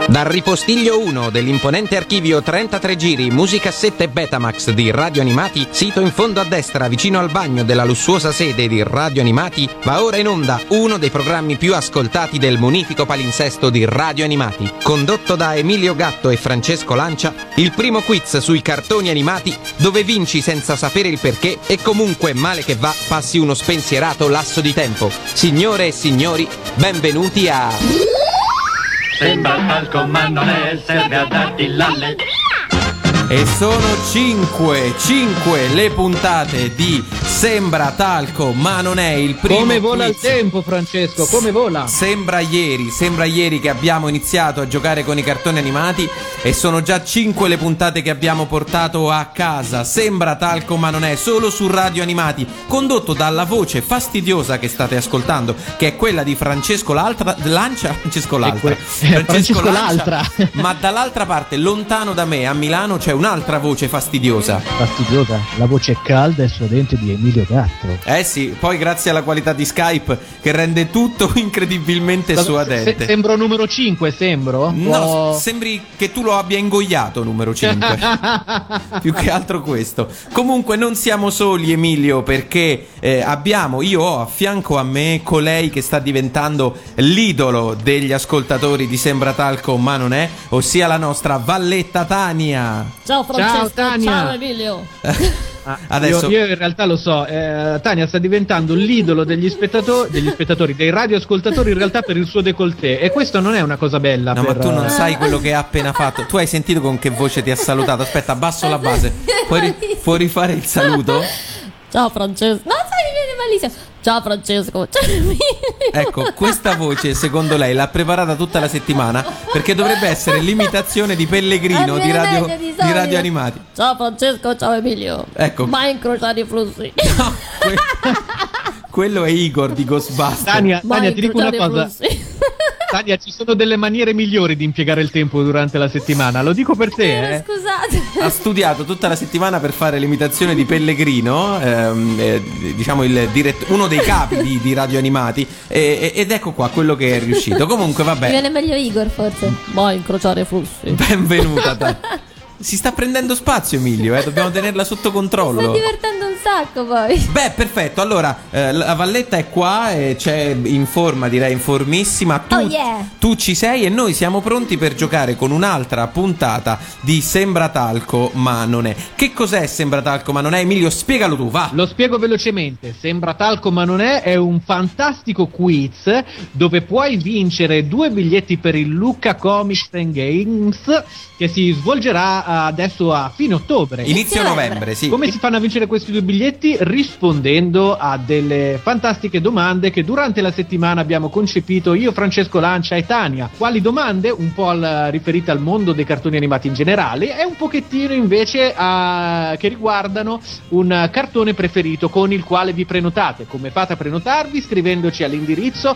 Dal ripostiglio 1 dell'imponente archivio 33 giri, musicassette Betamax di Radio Animati, sito in fondo a destra vicino al bagno della lussuosa sede di Radio Animati, va ora in onda uno dei programmi più ascoltati del munifico palinsesto di Radio Animati. Condotto da Emilio Gatto e Francesco Lancia, il primo quiz sui cartoni animati dove vinci senza sapere il perché e comunque male che va passi uno spensierato lasso di tempo. Signore e signori, benvenuti a... Sembra talco ma non è, serve a darti l'alle. E sono 5 le puntate di Sembra talco ma non è, il primo Come vola quiz. il tempo, Francesco, come vola? Sembra ieri che abbiamo iniziato a giocare con i cartoni animati e sono già 5 le puntate che abbiamo portato a casa. Sembra talco ma non è, solo su Radio Animati, condotto dalla voce fastidiosa che state ascoltando, che è quella di Francesco Lancia. Francesco Lancia. Ma dall'altra parte, lontano da me, a Milano, c'è un'altra voce fastidiosa. Fastidiosa, la voce calda e suadente di Emilio Gatto. Eh sì, poi grazie alla qualità di Skype che rende tutto incredibilmente suadente. Sembro numero 5, sembro? No, sembri che tu lo abbia ingoiato numero 5. Più che altro questo. Comunque non siamo soli, Emilio, perché io ho a fianco a me colei che sta diventando l'idolo degli ascoltatori di Sembra talco ma non è, ossia la nostra Valletta Tania. Ciao Francesco, ciao Tania. Ciao Emilio. Adesso... io in realtà lo so, Tania sta diventando l'idolo degli spettatori, dei radioascoltatori in realtà per il suo décolleté, e questo non è una cosa bella. No, ma tu non sai quello che ha appena fatto. Tu hai sentito con che voce ti ha salutato? Aspetta, abbasso la base. Puoi rifare il saluto? Ciao Francesco. No, sai, mi viene malissimo. Ciao Francesco. Ciao Emilio. Ecco, questa voce secondo lei l'ha preparata tutta la settimana perché dovrebbe essere l'imitazione di Pellegrino di Radio Animati. Ciao Francesco, ciao Emilio. Ecco. Mai incrociare i flussi. No, quello è Igor di Ghostbusters. Tania, ti dico una cosa. Tania, ci sono delle maniere migliori di impiegare il tempo durante la settimana, lo dico per te. Scusate. Ha studiato tutta la settimana per fare l'imitazione di Pellegrino, diciamo uno dei capi di Radio Animati, ed ecco qua quello che è riuscito. Comunque vabbè. Mi viene meglio Igor forse. Mai incrociare i flussi. Benvenuta. Si sta prendendo spazio, Emilio, dobbiamo tenerla sotto controllo. Sto divertendo un sacco poi. Beh, perfetto. Allora, la Valletta è qua e c'è in forma, direi in formissima. Tu ci sei e noi siamo pronti per giocare con un'altra puntata di Sembra talco ma non è. Che cos'è Sembra talco ma non è? Emilio, spiegalo tu, va. Lo spiego velocemente. Sembra talco ma non è un fantastico quiz dove puoi vincere 2 biglietti per il Lucca Comics and Games che si svolgerà adesso a fine ottobre. Inizio novembre, sì. Come si fanno a vincere questi 2 biglietti? Rispondendo a delle fantastiche domande che durante la settimana abbiamo concepito io, Francesco Lancia e Tania. Quali domande? Un po' riferite al mondo dei cartoni animati in generale e un pochettino invece che riguardano un cartone preferito con il quale vi prenotate. Come fate a prenotarvi? Scrivendoci all'indirizzo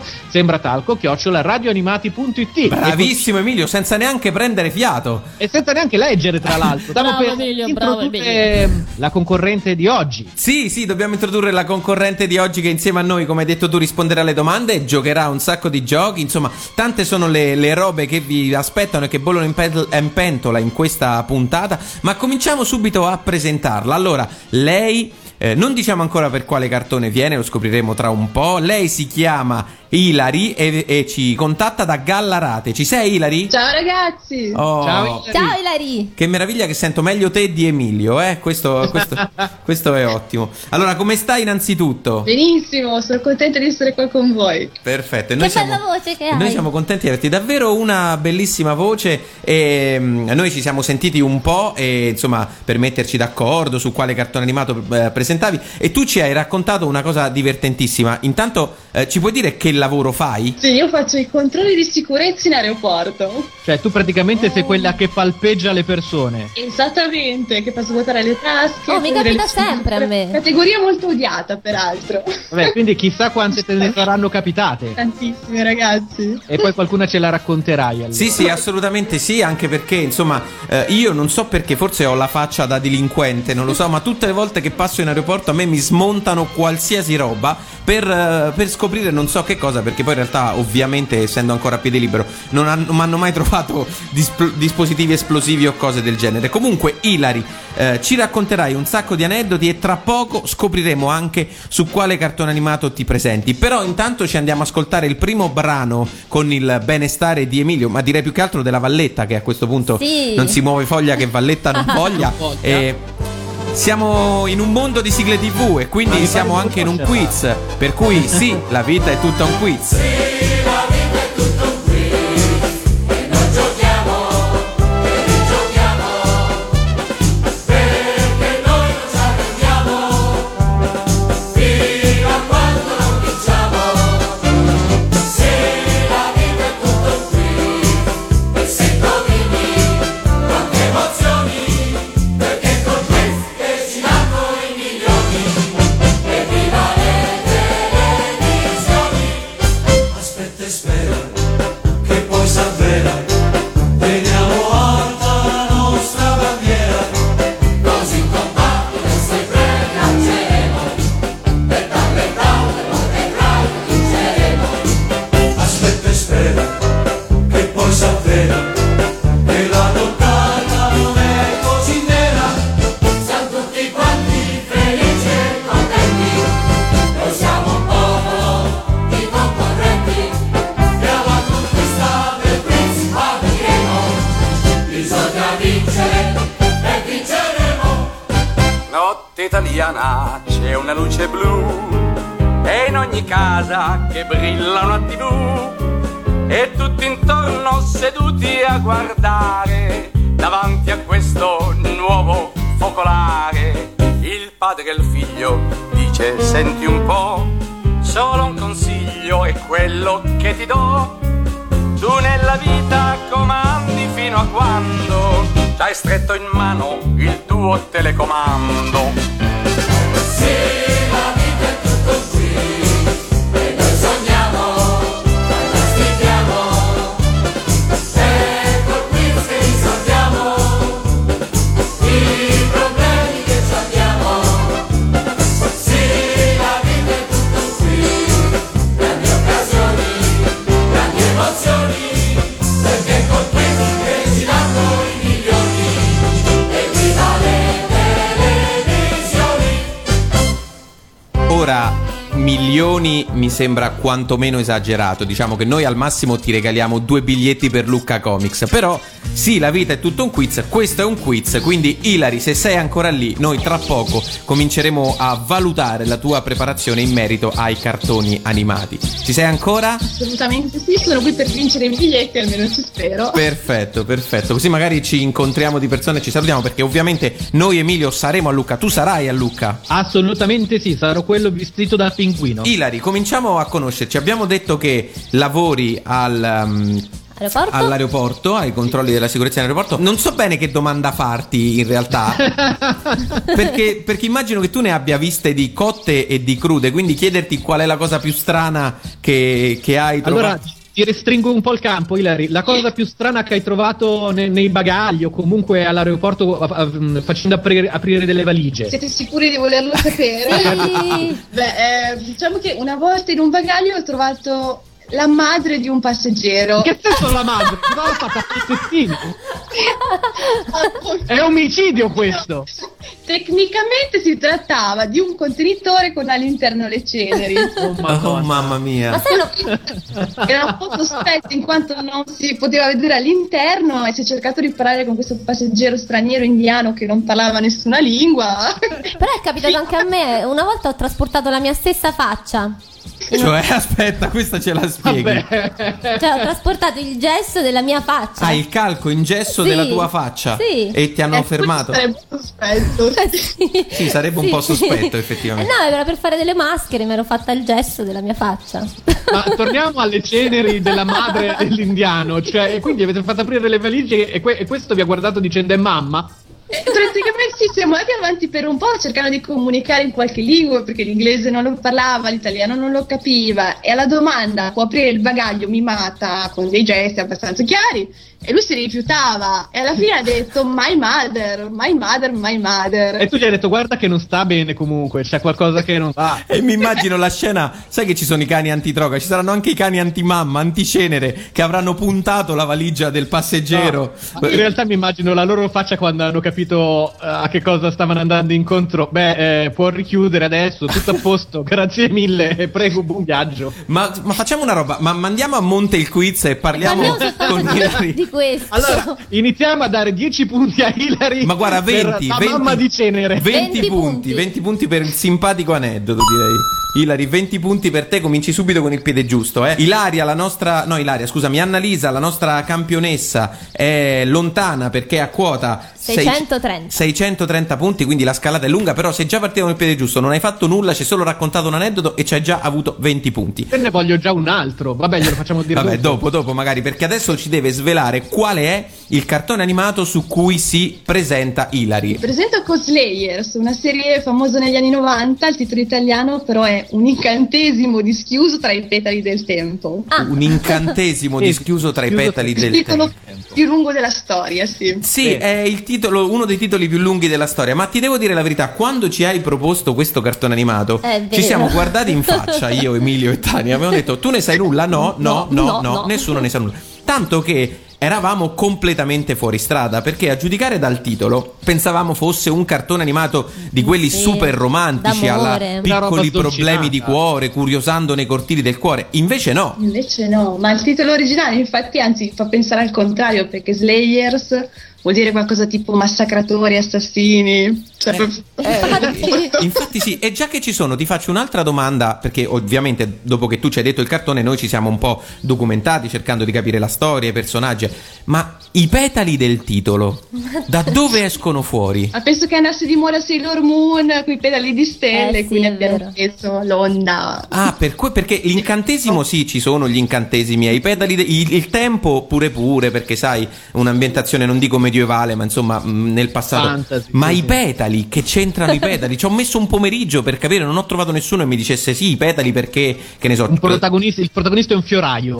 sembratalco@radioanimati.it. Bravissimo Emilio, senza neanche prendere fiato e senza neanche leggere, tra l'altro. Bravo Emilio, bravo Emilio. La concorrente di oggi. Sì, dobbiamo introdurre la concorrente di oggi che insieme a noi, come hai detto tu, risponderà alle domande e giocherà un sacco di giochi. Insomma, tante sono le robe che vi aspettano e che bollono in pentola in questa puntata. Ma cominciamo subito a presentarla. Allora, lei... non diciamo ancora per quale cartone viene, lo scopriremo tra un po'. Lei si chiama Ilari e ci contatta da Gallarate. Ci sei, Ilari? Ciao ragazzi. Ciao Ilari. Che meraviglia che sento meglio te di Emilio, questo è ottimo. Allora, come stai innanzitutto? Benissimo, sono contenta di essere qua con voi. Perfetto. E che bella voce che hai. Noi siamo contenti di averti davvero una bellissima voce e noi ci siamo sentiti un po' e insomma per metterci d'accordo su quale cartone animato presentavi, e tu ci hai raccontato una cosa divertentissima. Intanto ci puoi dire che lavoro fai? Sì, io faccio i controlli di sicurezza in aeroporto. Cioè tu praticamente sei quella che palpeggia le persone. Esattamente, che fa svuotare le tasche. Mi capita sempre a me. Categoria molto odiata peraltro. Vabbè, quindi chissà quante te ne saranno capitate. Tantissime ragazzi. E poi qualcuna ce la racconterai allora. Sì, assolutamente sì, anche perché insomma io non so perché, forse ho la faccia da delinquente, non lo so, ma tutte le volte che passo in aeroporto a me mi smontano qualsiasi roba per scoprire non so che cosa. cosa, perché poi in realtà ovviamente essendo ancora a piede libero non hanno mai trovato dispositivi esplosivi o cose del genere. Comunque Ilari, ci racconterai un sacco di aneddoti e tra poco scopriremo anche su quale cartone animato ti presenti. Però intanto ci andiamo a ascoltare il primo brano con il benestare di Emilio, ma direi più che altro della Valletta, che a questo punto non si muove foglia che Valletta non voglia. Siamo in un mondo di sigle TV e quindi siamo anche in un quiz, per cui sì, la vita è tutta un quiz. Italiana c'è una luce blu e in ogni casa che brilla una TV e tutti intorno seduti a guardare davanti a questo nuovo focolare. Il padre al figlio dice: senti un po', solo un consiglio è quello che ti do. Tu nella vita comandi fino a quando c'hai stretto in mano il tuo telecomando. Sì, la vita è tutto qui e noi sogniamo, fantastichiamo, e col quiz che risolviamo i problemi che ci abbiamo. Sì, la vita è tutto qui, grandi occasioni, grandi emozioni, perché col quiz che ci danno i milioni e qui dalle televisioni. Ora, milioni mi sembra quantomeno esagerato. Diciamo che noi al massimo ti regaliamo 2 biglietti per Lucca Comics. Però sì, la vita è tutto un quiz. Questo è un quiz. Quindi Ilari, se sei ancora lì, noi tra poco cominceremo a valutare la tua preparazione in merito ai cartoni animati. Ci sei ancora? Assolutamente sì, sono qui per vincere i biglietti, almeno ci spero. Perfetto. Così magari ci incontriamo di persona e ci salutiamo, perché ovviamente noi Emilio saremo a Lucca. Tu sarai a Lucca? Assolutamente sì, sarò quello vestito da pinguino. Ilari, cominciamo a conoscerci. Abbiamo detto che lavori all'aeroporto, ai controlli della sicurezza in aeroporto. Non so bene che domanda farti in realtà perché immagino che tu ne abbia viste di cotte e di crude, quindi chiederti qual è la cosa più strana che hai trovato. Allora ti restringo un po' il campo, Ilari. La cosa più strana che hai trovato nei bagagli o comunque all'aeroporto facendo aprire delle valigie? Siete sicuri di volerlo sapere? Beh, diciamo che una volta in un bagaglio ho trovato la madre di un passeggero. Che senso la madre? Cosa ha fatto? Assassino? È omicidio questo. Tecnicamente si trattava di un contenitore con all'interno le ceneri. Oh mamma mia. Era un po' sospetto in quanto non si poteva vedere all'interno e si è cercato di parlare con questo passeggero straniero indiano che non parlava nessuna lingua. Però è capitato anche a me. Una volta ho trasportato la mia stessa faccia. Cioè, aspetta, questa ce la spieghi. Cioè, ho trasportato il gesso della mia faccia. Ah, il calco in gesso della tua faccia? Sì. E ti hanno fermato? Sarebbe sospetto. Sì, sarebbe un po' sospetto, effettivamente. No, era per fare delle maschere, mi ero fatta il gesso della mia faccia. Ma torniamo alle ceneri della madre dell'indiano. Cioè, e quindi avete fatto aprire le valigie e questo vi ha guardato dicendo: è mamma? Praticamente sì, siamo andati avanti per un po' cercando di comunicare in qualche lingua, perché l'inglese non lo parlava, l'italiano non lo capiva, e alla domanda può aprire il bagaglio mimata con dei gesti abbastanza chiari, e lui si rifiutava, e alla fine ha detto my mother, my mother, my mother. E tu gli hai detto guarda che non sta bene comunque, c'è qualcosa che non va. E mi immagino la scena, sai che ci sono i cani antidroga, ci saranno anche i cani antimamma, anticenere, che avranno puntato la valigia del passeggero. No, in realtà mi immagino la loro faccia quando hanno capito a che cosa stavano andando incontro. Può richiudere adesso, tutto a posto, grazie mille, prego, buon viaggio. Ma facciamo una roba, ma mandiamo a monte il quiz e parliamo con Hilary di questo. Allora, iniziamo a dare 10 punti a Hilary. Ma guarda, 20, per la mamma di cenere. 20 punti, 20 punti per il simpatico aneddoto, direi. Hilary, 20 punti per te, cominci subito con il piede giusto, Annalisa, la nostra campionessa, è lontana perché a quota 630 punti, quindi la scalata è lunga, però sei già partito con il piede giusto, non hai fatto nulla, ci hai solo raccontato un aneddoto e ci hai già avuto 20 punti. Io ne voglio già un altro, vabbè, glielo facciamo dire vabbè, dopo magari, perché adesso ci deve svelare quale è il cartone animato su cui si presenta Hilary. Presento Slayers, una serie famosa negli anni 90, il titolo italiano però è Un incantesimo dischiuso tra i petali del tempo. Un incantesimo dischiuso tra i petali del tempo. Il titolo più lungo della storia, sì. Sì, è il titolo, uno dei titoli più lunghi della storia, ma ti devo dire la verità, quando ci hai proposto questo cartone animato, ci siamo guardati in faccia, io, Emilio e Tania, abbiamo detto tu ne sai nulla? No, nessuno ne sa nulla. Tanto che eravamo completamente fuori strada, perché a giudicare dal titolo pensavamo fosse un cartone animato di quelli super romantici, alla piccoli problemi di cuore, curiosando nei cortili del cuore. Invece no, ma il titolo originale infatti anzi fa pensare al contrario, perché Slayers vuol dire qualcosa tipo massacratori, assassini. Infatti sì, e già che ci sono ti faccio un'altra domanda, perché ovviamente dopo che tu ci hai detto il cartone noi ci siamo un po' documentati cercando di capire la storia, i personaggi, ma i petali del titolo da dove escono fuori? Ma penso che andasse di moda Sailor Moon con i petali di stelle, sì, quindi abbiamo preso l'onda. Perché l'incantesimo sì, ci sono gli incantesimi, i petali il tempo pure, perché sai, un'ambientazione non dico medievale, ma insomma nel passato. Fantasy, ma sì, i petali, che c'entrano i petali? Ci ho messo un pomeriggio per capire, non ho trovato nessuno che mi dicesse sì, i petali perché, che ne so. Il protagonista è un fioraio.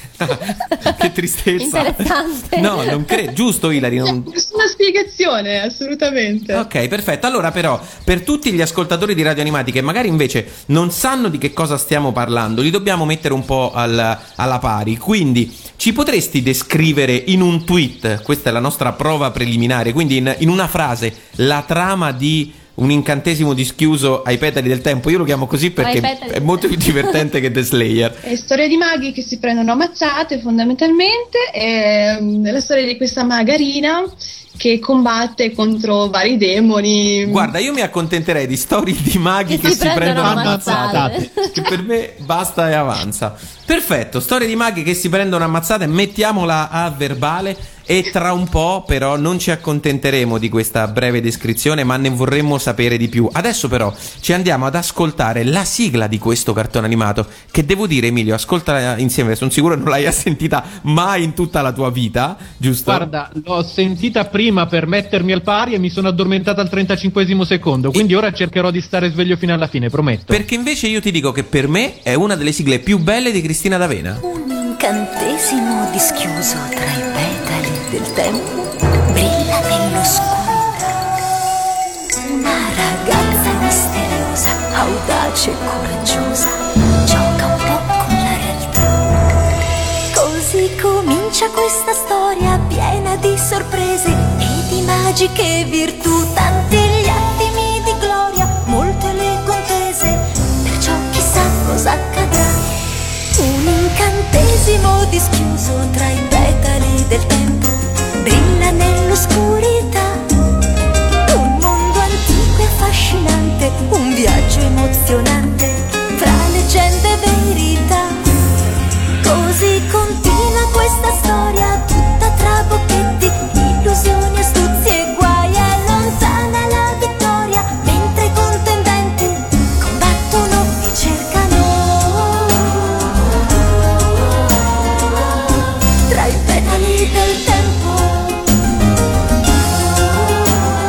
Che tristezza. Interessante. No, non credo, giusto Hilary? Nessuna spiegazione, assolutamente. Ok, perfetto. Allora però, per tutti gli ascoltatori di Radio Animati che magari invece non sanno di che cosa stiamo parlando, li dobbiamo mettere un po' alla pari. Quindi ci potresti descrivere in un tweet, questa è la nostra prova preliminare, quindi in una frase, la trama di Un incantesimo dischiuso ai petali del tempo? Io lo chiamo così perché è molto più divertente che The Slayer. È storia di maghi che si prendono ammazzate fondamentalmente, è la storia di questa magarina che combatte contro vari demoni. Guarda, io mi accontenterei di storie di maghi che si prendono ammazzate, che per me basta e avanza. Perfetto, storie di maghi che si prendono ammazzate, mettiamola a verbale. E tra un po' però non ci accontenteremo di questa breve descrizione, ma ne vorremmo sapere di più. Adesso però ci andiamo ad ascoltare la sigla di questo cartone animato, che devo dire, Emilio, ascoltala insieme, sono sicuro non l'hai sentita mai in tutta la tua vita, giusto? Guarda, l'ho sentita prima per mettermi al pari e mi sono addormentata al 35esimo secondo, quindi ora cercherò di stare sveglio fino alla fine, prometto. Perché invece io ti dico che per me è una delle sigle più belle di Cristina D'Avena. Un incantesimo dischiuso tra i petali del tempo brilla nell'oscurità. Una ragazza misteriosa, audace e coraggiosa, gioca un po' con la realtà. Così comincia questa storia piena di sorprese e di magiche virtù, tanti gli attimi di gloria, molte le contese, perciò chissà cosa accadrà. Un incantesimo dischiuso tra i petali del tempo brilla nell'oscurità. Un mondo antico e affascinante, un viaggio emozionante tra leggende e verità. Così continua questa storia tutta tra bocchetti, illusioni, astuzie e guai. Allontana la vittoria mentre i contendenti combattono e cercano. Tra i petali del tempo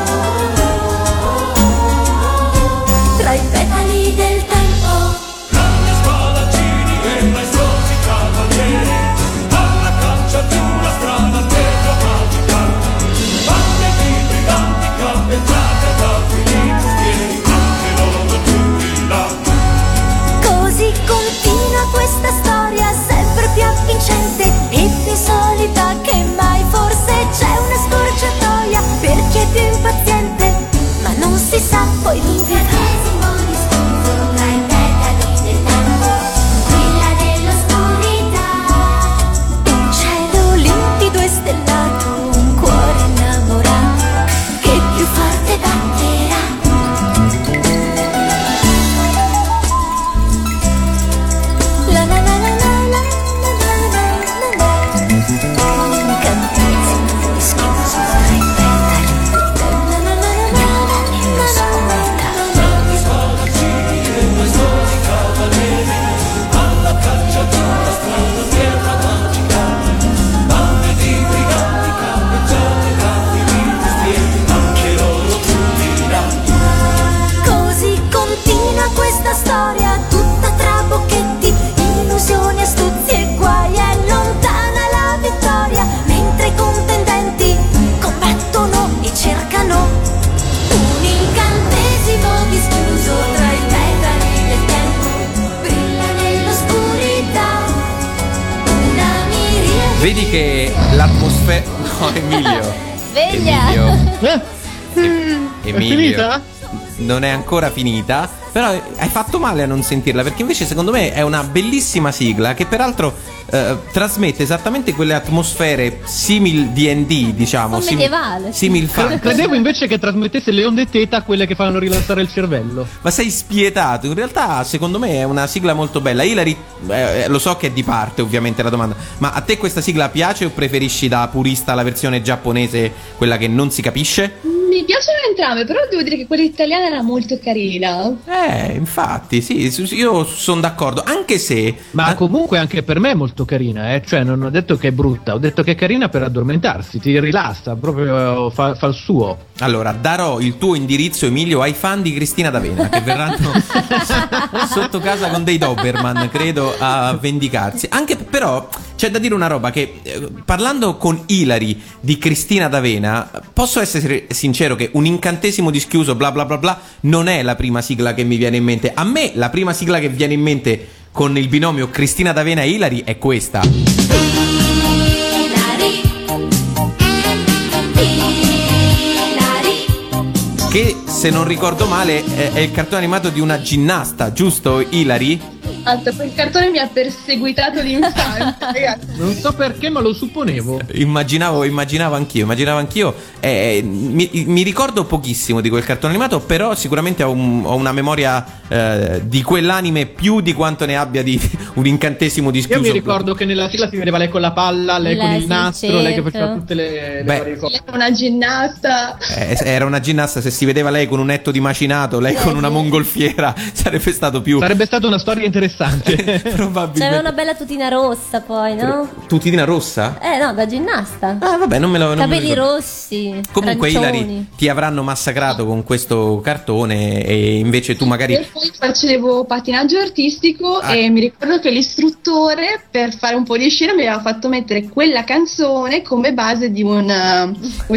Vedi che l'atmosfera... No, Emilio. Sveglia! È finita? Non è ancora finita, però hai fatto male a non sentirla, perché invece secondo me è una bellissima sigla che peraltro trasmette esattamente quelle atmosfere simil D&D, diciamo, Un medievale. simil fantasy. Credevo invece che trasmettesse le onde teta, quelle che fanno rilassare il cervello. Ma sei spietato, in realtà secondo me è una sigla molto bella. Hilary, lo so che è di parte ovviamente la domanda, ma a te questa sigla piace o preferisci da purista la versione giapponese, quella che non si capisce? Mi piacciono entrambe, però devo dire che quella italiana era molto carina. Infatti, sì, io sono d'accordo, anche se... Ma comunque anche per me è molto carina, cioè non ho detto che è brutta, ho detto che è carina per addormentarsi, ti rilassa, proprio fa il suo. Allora, darò il tuo indirizzo, Emilio, ai fan di Cristina D'Avena, che verranno sotto casa con dei Doberman, credo, a vendicarsi. Anche però c'è da dire una roba, che parlando con Hilary di Cristina D'Avena, posso essere sincero che un incantesimo dischiuso bla bla bla bla non è la prima sigla che mi viene in mente. A me la prima sigla che viene in mente con il binomio Cristina D'Avena e Hilary è questa. Che, se non ricordo male, è il cartone animato di una ginnasta, giusto Hilary? Quel cartone mi ha perseguitato l'infanzia, ragazzi. Non so perché, ma lo supponevo. Immaginavo anch'io. Mi ricordo pochissimo di quel cartone animato, però sicuramente ho una memoria di quell'anime più di quanto ne abbia di un incantesimo dischiuso. Io mi ricordo che nella sigla si vedeva lei con la palla, lei con il nastro, certo. Lei che faceva tutte le varie cose. Era una ginnasta. Era una ginnasta, se si vedeva lei con un etto di macinato, lei con una mongolfiera, sarebbe stato più... Sarebbe stata una storia interessante. Probabilmente. C'era una bella tutina rossa poi, no? Tutina rossa? No, da ginnasta. Ah, vabbè, non me lo Capelli ricordo. rossi. Comunque arancioni. Hilary, ti avranno massacrato con questo cartone e invece tu magari... Io poi facevo patinaggio artistico e mi ricordo che l'istruttore, per fare un po' di scena, mi aveva fatto mettere quella canzone come base di un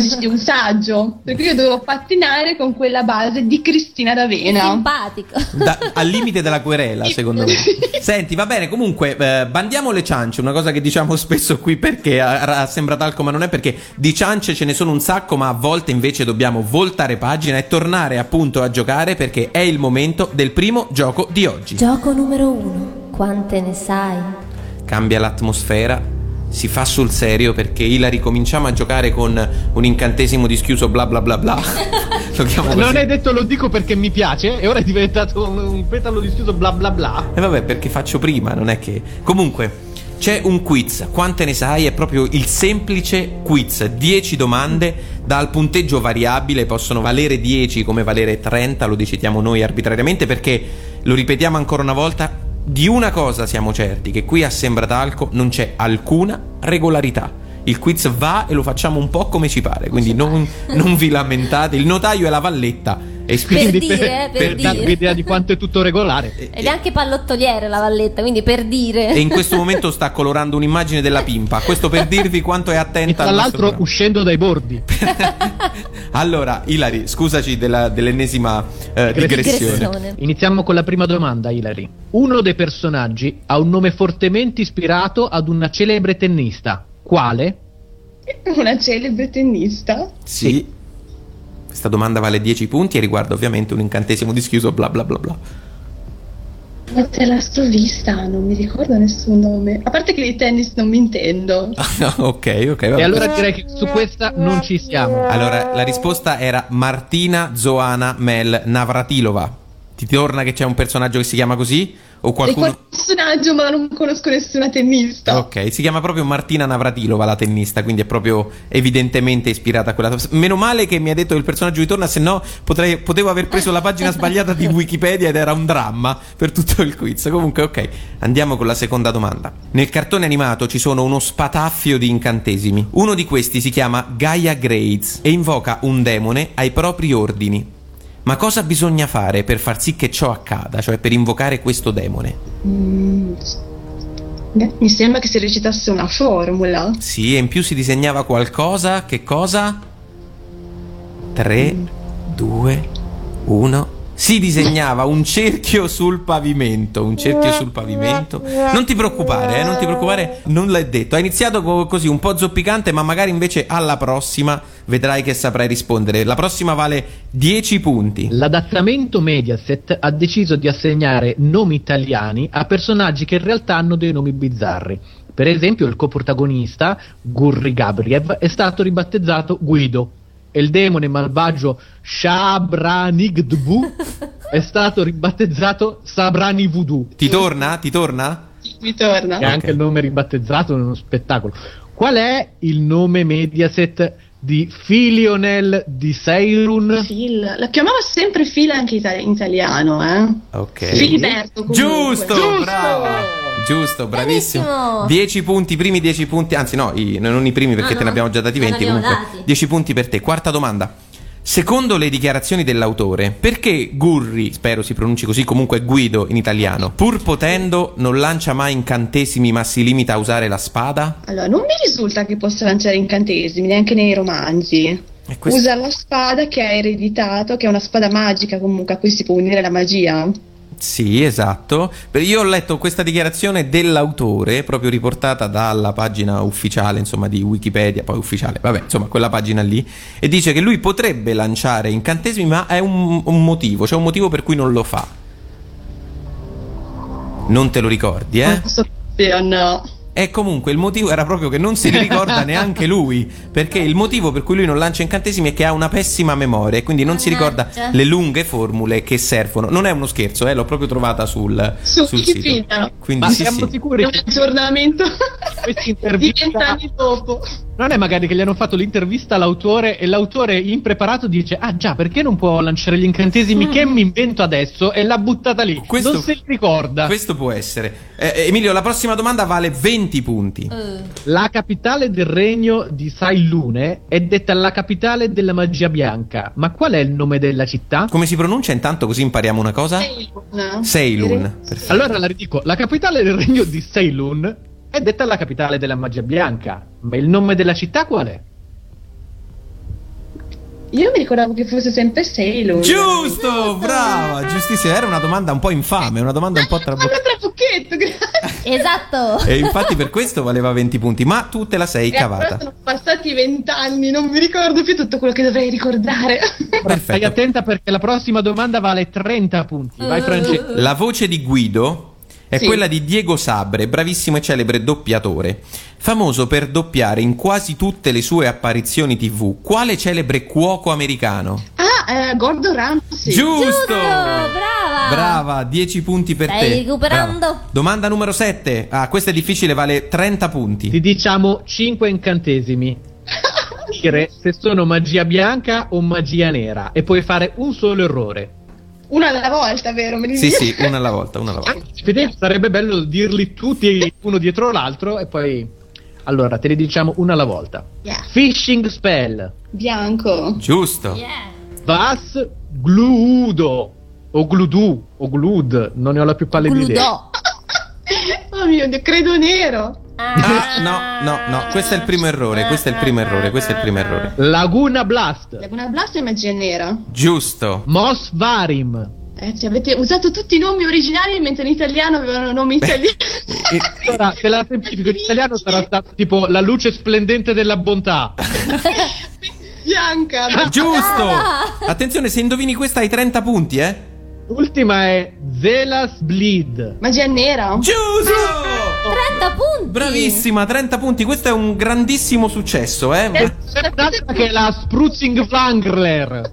saggio, per cui io dovevo pattinare con quella base di Cristina D'Avena. Simpatico. Al limite della querela, secondo me. Senti, va bene, comunque bandiamo le ciance, una cosa che diciamo spesso qui perché sembra talco ma non è, perché di ciance ce ne sono un sacco, ma a volte invece dobbiamo voltare pagina e tornare appunto a giocare, perché è il momento del primo gioco di oggi. Gioco numero 1. Quante ne sai? Cambia l'atmosfera, si fa sul serio, perché Hilary cominciamo a giocare con un incantesimo dischiuso bla bla bla bla. Lo chiamo così. Non hai detto lo dico perché mi piace e ora è diventato un petalo dischiuso bla bla bla. E vabbè, perché faccio prima, non è che... Comunque c'è un quiz, quante ne sai? È proprio il semplice quiz, 10 domande dal punteggio variabile, possono valere 10 come valere 30, lo decidiamo noi arbitrariamente, perché, lo ripetiamo ancora una volta, di una cosa siamo certi, che qui a Sembratalco non c'è alcuna regolarità. Il quiz va e lo facciamo un po' come ci pare, quindi non vi lamentate, il notaio è la valletta. E Per dire. darvi idea di quanto è tutto regolare. Ed è anche pallottoliere la valletta, quindi per dire. E in questo momento sta colorando un'immagine della pimpa. Questo per dirvi quanto è attenta. E tra al nostro l'altro programma. uscendo dai bordi. Allora, Hilary, scusaci dell'ennesima digressione. Iniziamo con la prima domanda, Hilary. Uno dei personaggi ha un nome fortemente ispirato ad una celebre tennista. Quale? Una celebre tennista? Sì. Questa domanda vale 10 punti e riguarda ovviamente un incantesimo dischiuso bla bla bla bla. Ma te la sto vista, non mi ricordo nessun nome. A parte che di tennis non mi intendo. Ok, vabbè. E allora direi che su questa non ci siamo. Allora, la risposta era Martina Zoana Mel Navratilova. Ti torna che c'è un personaggio che si chiama così? O qualcuno... Quel personaggio, ma non conosco nessuna tennista. Ok, si chiama proprio Martina Navratilova la tennista, quindi è proprio evidentemente ispirata a quella. Meno male che mi ha detto che il personaggio ritorna, se no potevo aver preso la pagina sbagliata di Wikipedia ed era un dramma per tutto il quiz. Comunque, ok, andiamo con la seconda domanda. Nel cartone animato ci sono uno spataffio di incantesimi. Uno di questi si chiama Gaia Grades e invoca un demone ai propri ordini. Ma cosa bisogna fare per far sì che ciò accada, cioè per invocare questo demone? Mi sembra che si recitasse una formula. Sì, e in più si disegnava qualcosa. Che cosa? 3, 2, 1. si disegnava un cerchio sul pavimento. Un cerchio sul pavimento. Non ti preoccupare, non l'hai detto. Ha iniziato così un po' zoppicante, ma magari invece alla prossima vedrai che saprai rispondere. La prossima vale 10 punti. L'adattamento Mediaset ha deciso di assegnare nomi italiani a personaggi che in realtà hanno dei nomi bizzarri. Per esempio, il coprotagonista, Gurri Gabriev, è stato ribattezzato Guido. E il demone malvagio Shabranigdbu è stato ribattezzato Sabrani Voodoo. Ti torna? Mi torna. E anche il nome ribattezzato è uno spettacolo. Qual è il nome Mediaset di Filionel di Seirun? Phil. La chiamava sempre Phil anche in italiano, Ok. Filiberto comunque. Giusto, brava. Giusto, bravissimo. Bravissimo. 10 punti, primi 10 punti. Anzi no, non i primi perché No, te ne abbiamo già dati 20 ne abbiamo comunque. dati. 10 punti per te. Quarta domanda. Secondo le dichiarazioni dell'autore, perché Gurri, spero si pronunci così, comunque Guido in italiano, pur potendo non lancia mai incantesimi ma si limita a usare la spada? Allora, non mi risulta che possa lanciare incantesimi, neanche nei romanzi. Usa la spada che ha ereditato, che è una spada magica comunque, a cui si può unire la magia. Sì, esatto. Io ho letto questa dichiarazione dell'autore, proprio riportata dalla pagina ufficiale, insomma, di Wikipedia, poi ufficiale, vabbè, insomma, quella pagina lì, e dice che lui potrebbe lanciare incantesimi, ma è un motivo, c'è un motivo per cui non lo fa. Non te lo ricordi, eh? Non so, no. E comunque il motivo era proprio che non si ricorda neanche lui, perché il motivo per cui lui non lancia incantesimi è che ha una pessima memoria e quindi non si ricorda le lunghe formule che servono. Non è uno scherzo, l'ho proprio trovata sul sito. Quindi ma sì, siamo sì. sicuri È un che aggiornamento questa di intervista 20 anni dopo. non è magari che gli hanno fatto l'intervista all'autore e l'autore impreparato dice ah già, perché non può lanciare gli incantesimi che mi invento adesso, e l'ha buttata lì, non se li ricorda. Questo può essere. Emilio, la prossima domanda vale 20 punti. La capitale del regno di Sailune è detta la capitale della magia bianca, ma qual è il nome della città? Come si pronuncia intanto, così impariamo una cosa? Seilun. Perfetto. Allora la ridico, la capitale del regno di Seilun è detta la capitale della magia bianca, ma il nome della città qual è? Io mi ricordavo che fosse sempre Sailor. Giusto, brava, giustissimo. Era una domanda un po' infame, una domanda un po' trabocchetto, grazie. Esatto. E infatti per questo valeva 20 punti, ma tu te la sei cavata. Sono passati 20 anni, non mi ricordo più tutto quello che dovrei ricordare. Stai attenta perché la prossima domanda vale 30 punti. Vai Francesco. La voce di Guido è quella di Diego Sabre, bravissimo e celebre doppiatore, famoso per doppiare in quasi tutte le sue apparizioni TV. Quale celebre cuoco americano? Gordon Ramsay. Giusto! Brava! Brava, 10 punti per te. Stai recuperando? Brava. Domanda numero 7. Questa è difficile, vale 30 punti. Ti diciamo 5 incantesimi. Dire se sono magia bianca o magia nera e puoi fare un solo errore. Una alla volta, vero? Me li Sì, dici? sì, una alla volta, una alla volta. Vedete, sarebbe bello dirli tutti uno dietro l'altro e poi... Allora, te li diciamo una alla volta. Yeah. Fishing spell. Bianco. Giusto. Yeah. Vas gludo. O gludu. O glud. Non ne ho la più pallida idea. Oh mio Dio, credo nero. No, questo è il primo errore, questo è il primo errore. Laguna Blast. Laguna Blast è magia nera. Giusto. Mos Varim. Avete usato tutti i nomi originali mentre in italiano avevano nomi italiani. Allora, te la semplifico, in italiano sarà stato tipo la luce splendente della bontà. Bianca. Giusto. Attenzione, se indovini questa hai 30 punti, L'ultima è Zelas Bleed. Magia nera. Giusto. 30 punti. Bravissima, 30 punti. Questo è un grandissimo successo, C'è un'altra che è la Sprutzing Wrangler.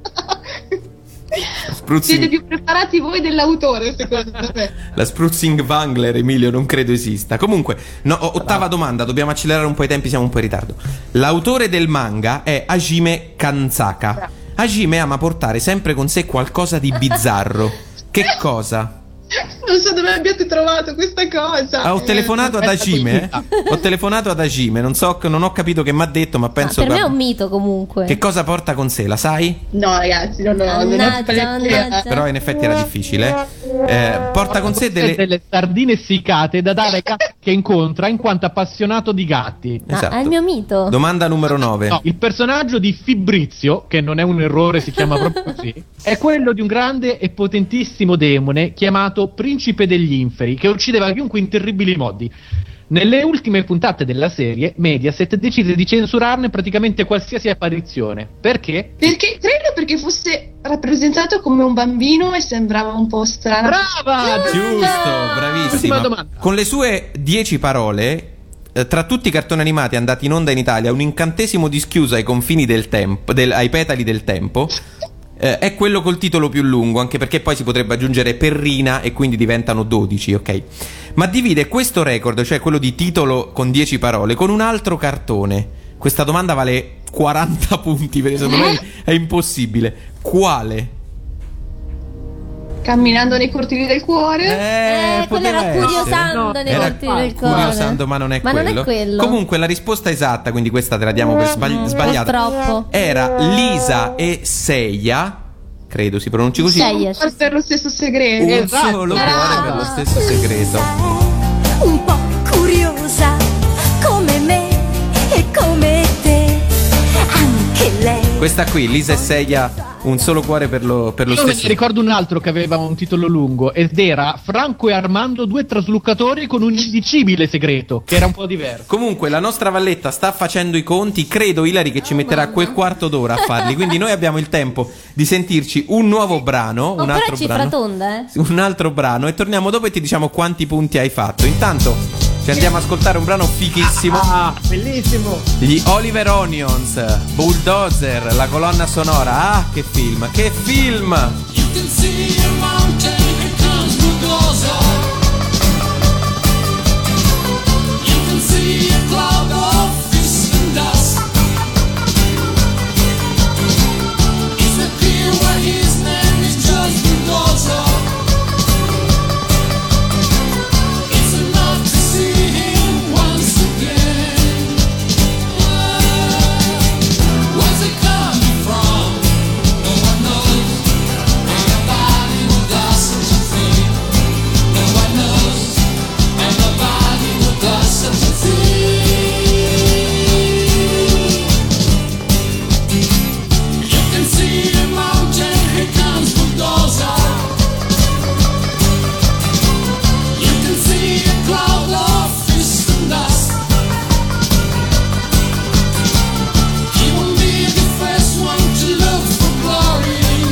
Siete più preparati voi dell'autore, secondo me. La Sprutzing Wrangler, Emilio, non credo esista. Comunque, ottava domanda, dobbiamo accelerare un po' i tempi, siamo un po' in ritardo. L'autore del manga è Hajime Kanzaka. Hajime ama portare sempre con sé qualcosa di bizzarro. Che cosa? Non so dove abbiate trovato questa cosa. Ho telefonato ad Hajime. Ho telefonato ad Hajime. Non ho capito che mi ha detto, ma penso. Per me è un mito comunque. Che cosa porta con sé, la sai? No, ragazzi, non ho Però in effetti era difficile. Porta con sé delle sardine essiccate da dare ai gatti che incontra in quanto appassionato di gatti. Esatto. È il mio mito. Domanda numero 9. No, il personaggio di Fibrizio, che non è un errore, si chiama proprio così, è quello di un grande e potentissimo demone chiamato Principe degli Inferi, che uccideva chiunque in terribili modi. Nelle ultime puntate della serie, Mediaset decise di censurarne praticamente qualsiasi apparizione. Perché? Perché fosse rappresentato come un bambino e sembrava un po' strano. Brava! Giusto, bravissima. Ultima domanda. Con le sue 10 parole, tra tutti i cartoni animati andati in onda in Italia, un incantesimo dischiuso ai confini del tempo, ai petali del tempo, è quello col titolo più lungo, anche perché poi si potrebbe aggiungere Perrina e quindi diventano 12, ok? Ma divide questo record, cioè quello di titolo con 10 parole, con un altro cartone. Questa domanda vale 40 punti, perché secondo me è impossibile. Quale? Camminando nei cortili del cuore. Quello era Curiosando nei cortili del cuore. Curiosando, ma non è quello. Comunque la risposta esatta, quindi questa te la diamo per sbagliata. Purtroppo. Era Lisa e Seiya, credo si pronunci così. Per lo stesso segreto. Un solo cuore per lo stesso segreto. Un po' curiosa come me e come te, anche lei. Questa qui, Lisa e Seiya, un solo cuore per lo stesso. Ricordo un altro che aveva un titolo lungo ed era Franco e Armando, due traslocatori con un indicibile segreto, che era un po' diverso. Comunque la nostra Valletta sta facendo i conti, credo Ilari che ci metterà quel quarto d'ora a farli, quindi noi abbiamo il tempo di sentirci un nuovo brano, un altro cifra brano, tonda, un altro brano, e torniamo dopo e ti diciamo quanti punti hai fatto. Intanto ci andiamo ad ascoltare un brano fighissimo. Bellissimo. Gli Oliver Onions, Bulldozer, la colonna sonora. Ah, che film, che film! You can see a mountain, here comes Bulldozer. You can see a cloud of fist and dust. It's not clear why his name is just Bulldozer. It's enough to see him once again. Where's it coming from? No one knows. Ain't nobody who does such a thing. No one knows. Ain't nobody who does such a thing. You can see a mountain, here comes Bulldozer. You can see a cloud of fist and dust. He won't be the first one to look for glory.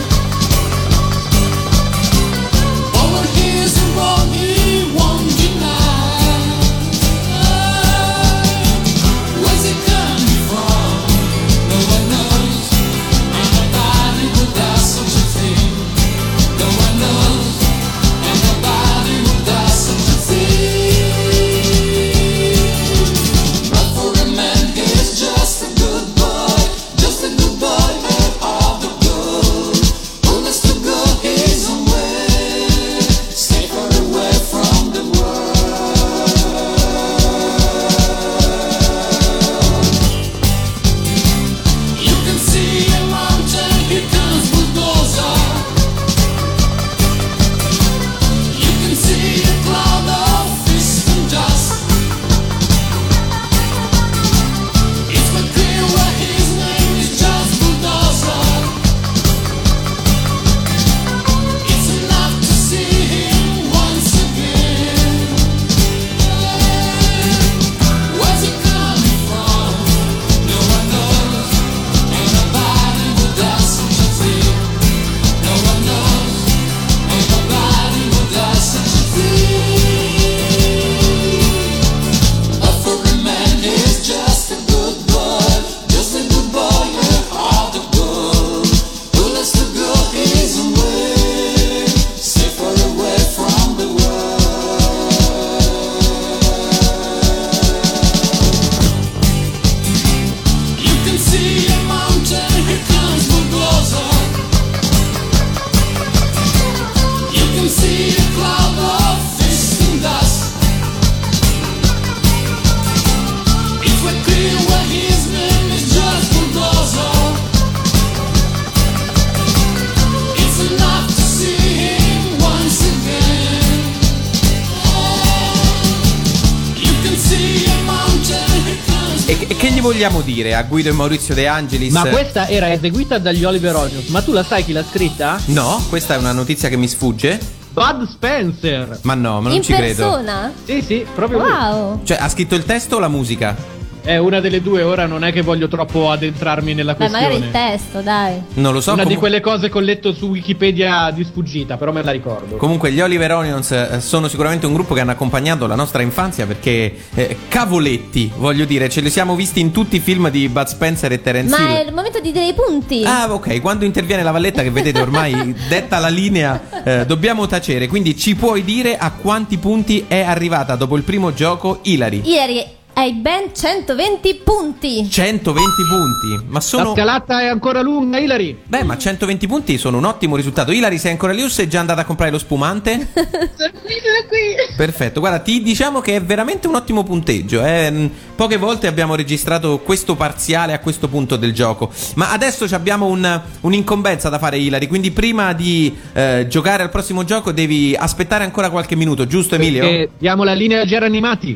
But what he is wrong, he won't deny. Where's it coming from? No one knows. Ain't nobody who does such a thing. No one knows. Ain't nobody who does such a thing. But for a man, he's just a good boy. Just a good boy, head of the good. Who lets the good his own way. Stay far away from the world. You can see a mountain, here comes Bulldozer. You can see a cloud of fist and dust. It's not clear why his name is just Bulldozer. It's enough to see him once again. Where's it coming from? No one knows. Ain't nobody who does such a thing. No one knows. Ain't nobody who does such a thing. But for a man, he's just a good boy. Just a good boy, head of the good. Who lets the good his own way. Stay far away from the world. You can see a mountain, here comes Bulldozer. You can see a cloud of gli vogliamo dire a Guido e Maurizio De Angelis? Ma questa era eseguita dagli Oliver Onions, ma tu la sai chi l'ha scritta? No, questa è una notizia che mi sfugge. Bud Spencer. Ma no, ma non In ci credo. persona? Sì, proprio lui. Wow. Cioè, ha scritto il testo o la musica? È una delle due, ora non è che voglio troppo addentrarmi nella Beh, questione. magari il testo, dai. Non lo so. Una di quelle cose che ho letto su Wikipedia di sfuggita, però me la ricordo. Comunque gli Oliver Onions sono sicuramente un gruppo che hanno accompagnato la nostra infanzia perché cavoletti, voglio dire, ce li siamo visti in tutti i film di Bud Spencer e Terence Hill. Ma è il momento di dire i punti. Ah, ok, quando interviene la Valletta, che vedete ormai detta la linea, dobbiamo tacere. Quindi ci puoi dire a quanti punti è arrivata dopo il primo gioco Ilari? Ieri hai ben 120 punti. 120 punti, ma sono... La scalata è ancora lunga, Ilari. Beh, ma 120 punti sono un ottimo risultato. Ilari, sei ancora lì o sei già andata a comprare lo spumante? Sono qui. Perfetto, guarda, ti diciamo che è veramente un ottimo punteggio. Poche volte abbiamo registrato questo parziale a questo punto del gioco. Ma adesso abbiamo un'incombenza da fare, Ilari. Quindi prima di giocare al prossimo gioco devi aspettare ancora qualche minuto, giusto Emilio? Diamo la linea GR Animati.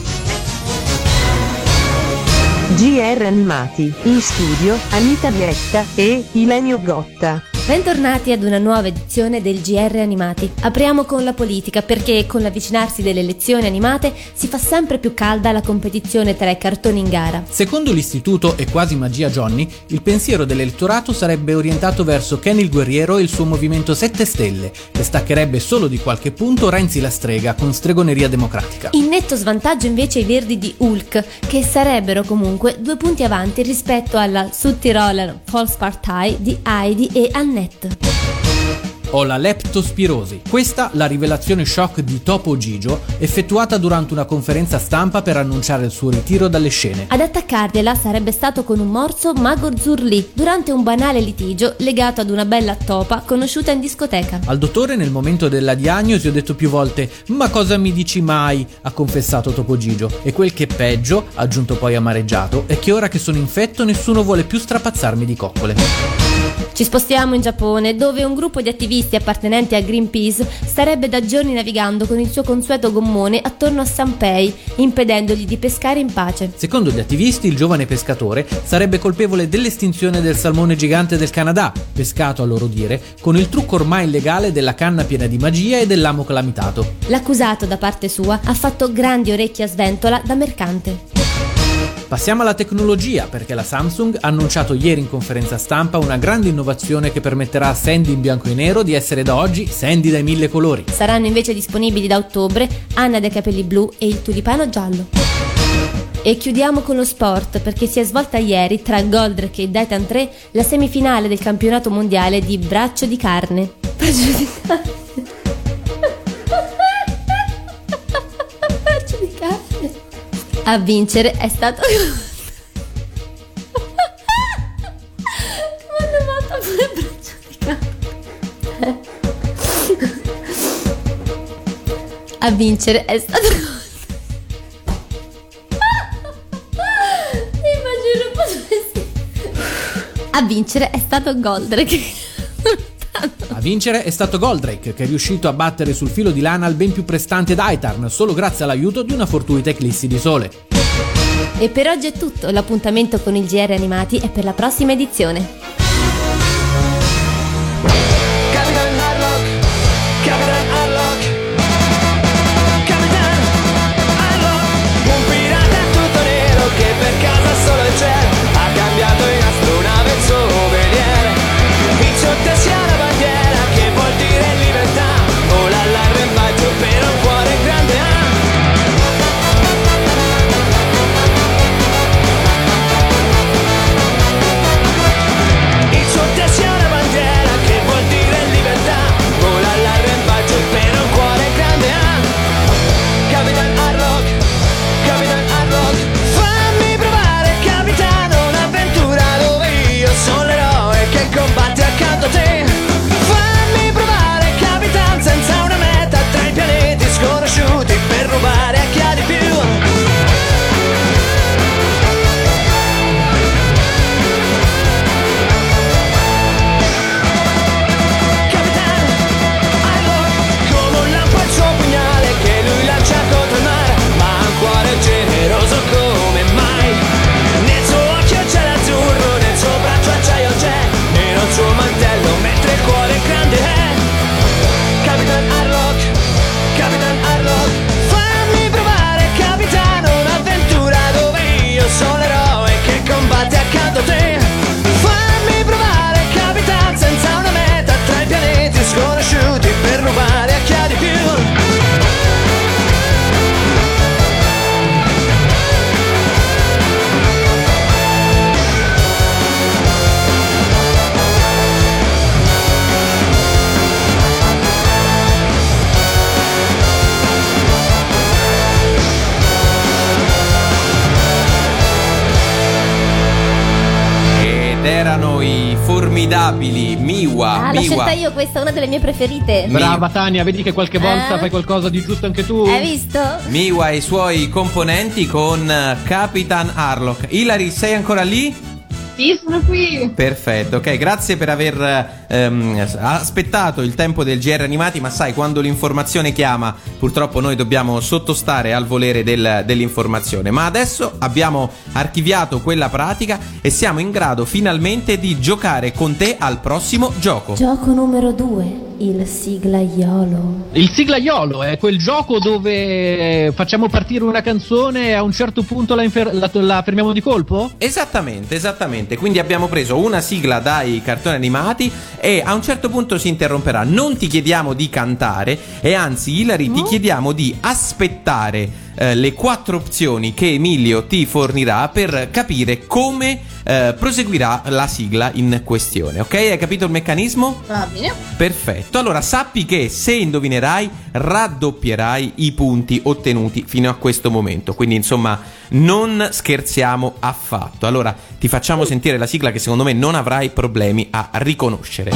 GR Animati, in studio Anita Vietta e Ilenio Gotta. Bentornati ad una nuova edizione del GR Animati. Apriamo con la politica perché con l'avvicinarsi delle elezioni animate si fa sempre più calda la competizione tra i cartoni in gara. Secondo l'istituto E Quasi Magia Johnny, il pensiero dell'elettorato sarebbe orientato verso Ken il Guerriero e il suo movimento 7 Stelle, che staccherebbe solo di qualche punto Renzi la Strega con Stregoneria Democratica. In netto svantaggio invece i verdi di Hulk, che sarebbero comunque 2 punti avanti rispetto alla Südtiroler Volkspartei di Heidi e Annette. Ho la leptospirosi. Questa la rivelazione shock di Topo Gigio, effettuata durante una conferenza stampa per annunciare il suo ritiro dalle scene. Ad attaccargliela sarebbe stato con un morso Mago Zurli durante un banale litigio legato ad una bella topa conosciuta in discoteca. Al dottore nel momento della diagnosi ho detto più volte "Ma cosa mi dici mai?", ha confessato Topo Gigio, e quel che è peggio, ha aggiunto poi amareggiato, è che ora che sono infetto nessuno vuole più strapazzarmi di coccole. Ci spostiamo in Giappone, dove un gruppo di attivisti appartenenti a Greenpeace starebbe da giorni navigando con il suo consueto gommone attorno a Sanpei, impedendogli di pescare in pace. Secondo gli attivisti, il giovane pescatore sarebbe colpevole dell'estinzione del salmone gigante del Canada, pescato a loro dire con il trucco ormai illegale della canna piena di magia e dell'amo calamitato. L'accusato, da parte sua, ha fatto grandi orecchie a sventola da mercante. Passiamo alla tecnologia, perché la Samsung ha annunciato ieri in conferenza stampa una grande innovazione che permetterà a Sandy in bianco e nero di essere da oggi Sandy dai 1000 colori. Saranno invece disponibili da ottobre Anna dai capelli blu e il tulipano giallo. E chiudiamo con lo sport, perché si è svolta ieri tra Goldrake e Daitan 3 la semifinale del campionato mondiale di braccio di carne. Braccio di carne. Braccio di carne. A vincere è stato... Come hanno fatto pure braccio di carne? A vincere è stato... Immagino potessi... A vincere è stato Goldrake. A vincere è stato Goldrake, che è riuscito a battere sul filo di lana il ben più prestante Daitarn, solo grazie all'aiuto di una fortuita eclissi di sole. E per oggi è tutto, l'appuntamento con il GR Animati è per la prossima edizione. Un pirata tutto nero che per casa solo il cielo ha cambiato in astronave il suo veliere. Picciotto sia la bandiera che vuol dire libertà, vola all'arrembaggio per un cuore grande. erano i formidabili Miwa. L'ho scelta io, questa è una delle mie preferite. Brava Tania, vedi che qualche volta fai qualcosa di giusto anche tu. Hai visto? Miwa e i suoi componenti con Capitan Harlock. Hilary, sei ancora lì? Sì, sono qui. Perfetto, ok, grazie per aver aspettato il tempo del GR Animati, ma sai, quando l'informazione chiama, purtroppo noi dobbiamo sottostare al volere dell'informazione. Ma adesso abbiamo archiviato quella pratica e siamo in grado finalmente di giocare con te al prossimo gioco. Gioco numero 2, il siglaiolo. Il siglaiolo è quel gioco dove facciamo partire una canzone e a un certo punto la fermiamo di colpo? Esattamente. Quindi abbiamo preso una sigla dai cartoni animati e a un certo punto si interromperà. Non ti chiediamo di cantare e anzi, Hilary, ti chiediamo di aspettare le 4 opzioni che Emilio ti fornirà per capire come proseguirà la sigla in questione. Ok? Hai capito il meccanismo? Va bene. Perfetto. Allora sappi che se indovinerai raddoppierai i punti ottenuti fino a questo momento. Quindi insomma non scherziamo affatto. Allora ti facciamo sentire la sigla che secondo me non avrai problemi a riconoscere.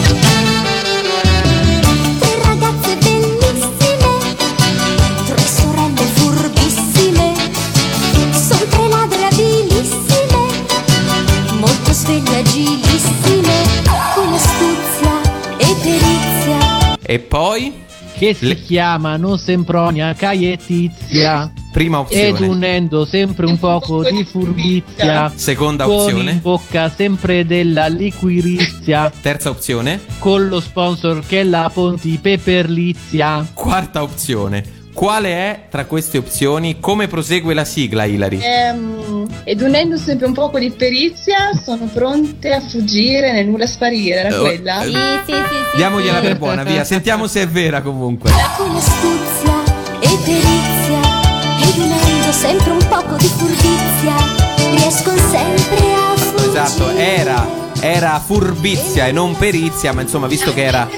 Ragazze bellissime, 3 sorelle furbissime, son 3 ladre abilissime, molto sveglie agilissime, con astuzia e perizia. E poi? Che si chiamano Sempronia, Caia e Tizia. Prima opzione. Ed unendo sempre un poco di furbizia. Seconda con opzione. in bocca sempre della liquirizia. Terza opzione. Con lo sponsor che è la Ponti Peperlizia. Quarta opzione. Quale è tra queste opzioni? Come prosegue la sigla, Hilary? Ed unendo sempre un poco di perizia, sono pronte a fuggire nel nulla sparire. Era quella? Sì. Diamogliela per buona, via. Sentiamo se è vera comunque. Con astuzia e perizia, ed unendo sempre un poco di furbizia, riescono sempre a fuggire. Esatto, era furbizia e non perizia, ma insomma, visto che era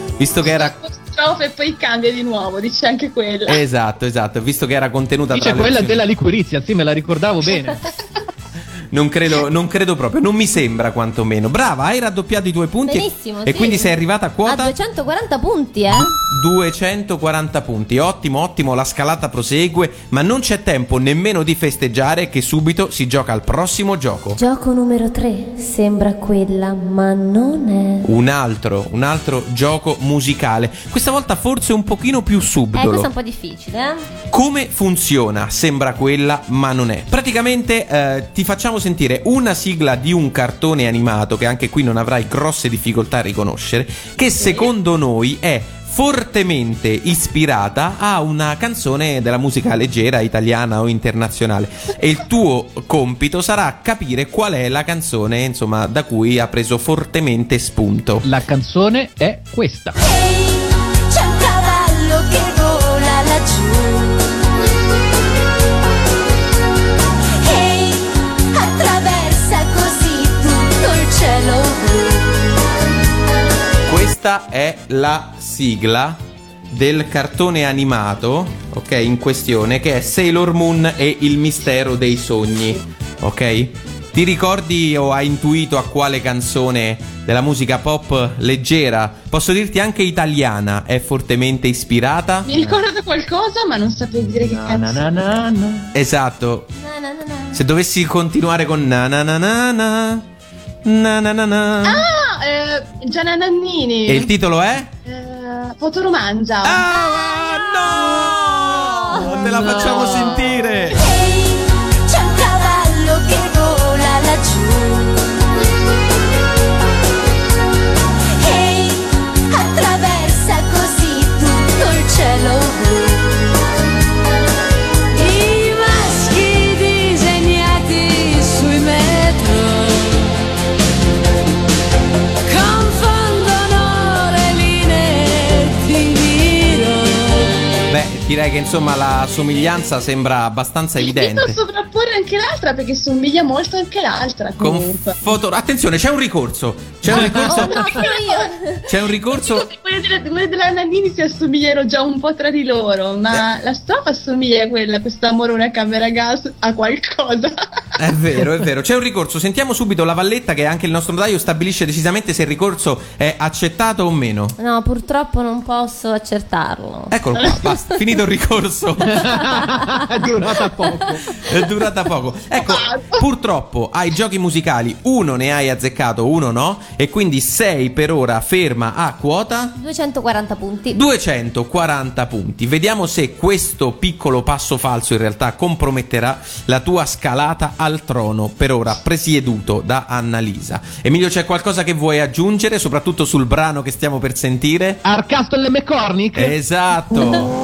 E poi cambia di nuovo, dice anche quella. Esatto, visto che era contenuta Dice tra le quella opzioni. della liquirizia, sì, me la ricordavo bene. Non credo proprio, non mi sembra quantomeno. Brava, hai raddoppiato i tuoi punti. Benissimo, E sì. quindi sei arrivata a A quota 240 punti, 240 punti. Ottimo, la scalata prosegue, ma non c'è tempo nemmeno di festeggiare che subito si gioca al prossimo gioco. Gioco numero 3, sembra quella, ma non è. Un altro gioco musicale. Questa volta forse un pochino più subdolo. Questo è un po' difficile, Come funziona? Sembra quella, ma non è. Praticamente ti facciamo sentire una sigla di un cartone animato che anche qui non avrai grosse difficoltà a riconoscere, che secondo noi è fortemente ispirata a una canzone della musica leggera italiana o internazionale, e il tuo compito sarà capire qual è la canzone, insomma, da cui ha preso fortemente spunto. La canzone è questa. C'è un cavallo che vola laggiù, ehi, attraversa così tutto il cielo blu. Questa è la sigla del cartone animato, ok, in questione, che è Sailor Moon e il mistero dei sogni, ok? Ti ricordi o hai intuito a quale canzone della musica pop leggera, posso dirti anche italiana, è fortemente ispirata? Mi ricordo qualcosa, ma non saprei dire che canzone. Esatto. Se dovessi continuare con na na na na na na na na na. Gianna Nannini. E il titolo è? Fotoromanza. No! Te la facciamo sentire. C'è un cavallo che vola laggiù, ehi, attraversa così tutto il cielo blu. I maschi disegnati sui metro confondono le linee di Miro. Beh, direi che insomma la somiglianza sembra abbastanza evidente. Posso sovrapporre anche l'altra perché somiglia molto anche l'altra. Comunque. Attenzione, c'è un ricorso. C'è un ricorso. C'è un ricorso. Quelle della Nannini si assomigliano già un po' tra di loro, ma la strofa assomiglia a quella, questo amore una camera gas a qualcosa. È vero, è vero. C'è un ricorso. Sentiamo subito la Valletta, che anche il nostro notaio stabilisce decisamente se il ricorso è accettato o meno. No, purtroppo non posso accertarlo. Eccolo qua, basta, finito il ricorso. È durata poco. È durata poco. Ecco, purtroppo ai giochi musicali uno ne hai azzeccato, uno no, e quindi sei per ora ferma a quota 240 punti. 240 punti. Vediamo se questo piccolo passo falso in realtà comprometterà la tua scalata al trono, per ora presieduto da Annalisa. Emilio, c'è qualcosa che vuoi aggiungere, soprattutto sul brano che stiamo per sentire? Arcastle e McCormick? Esatto.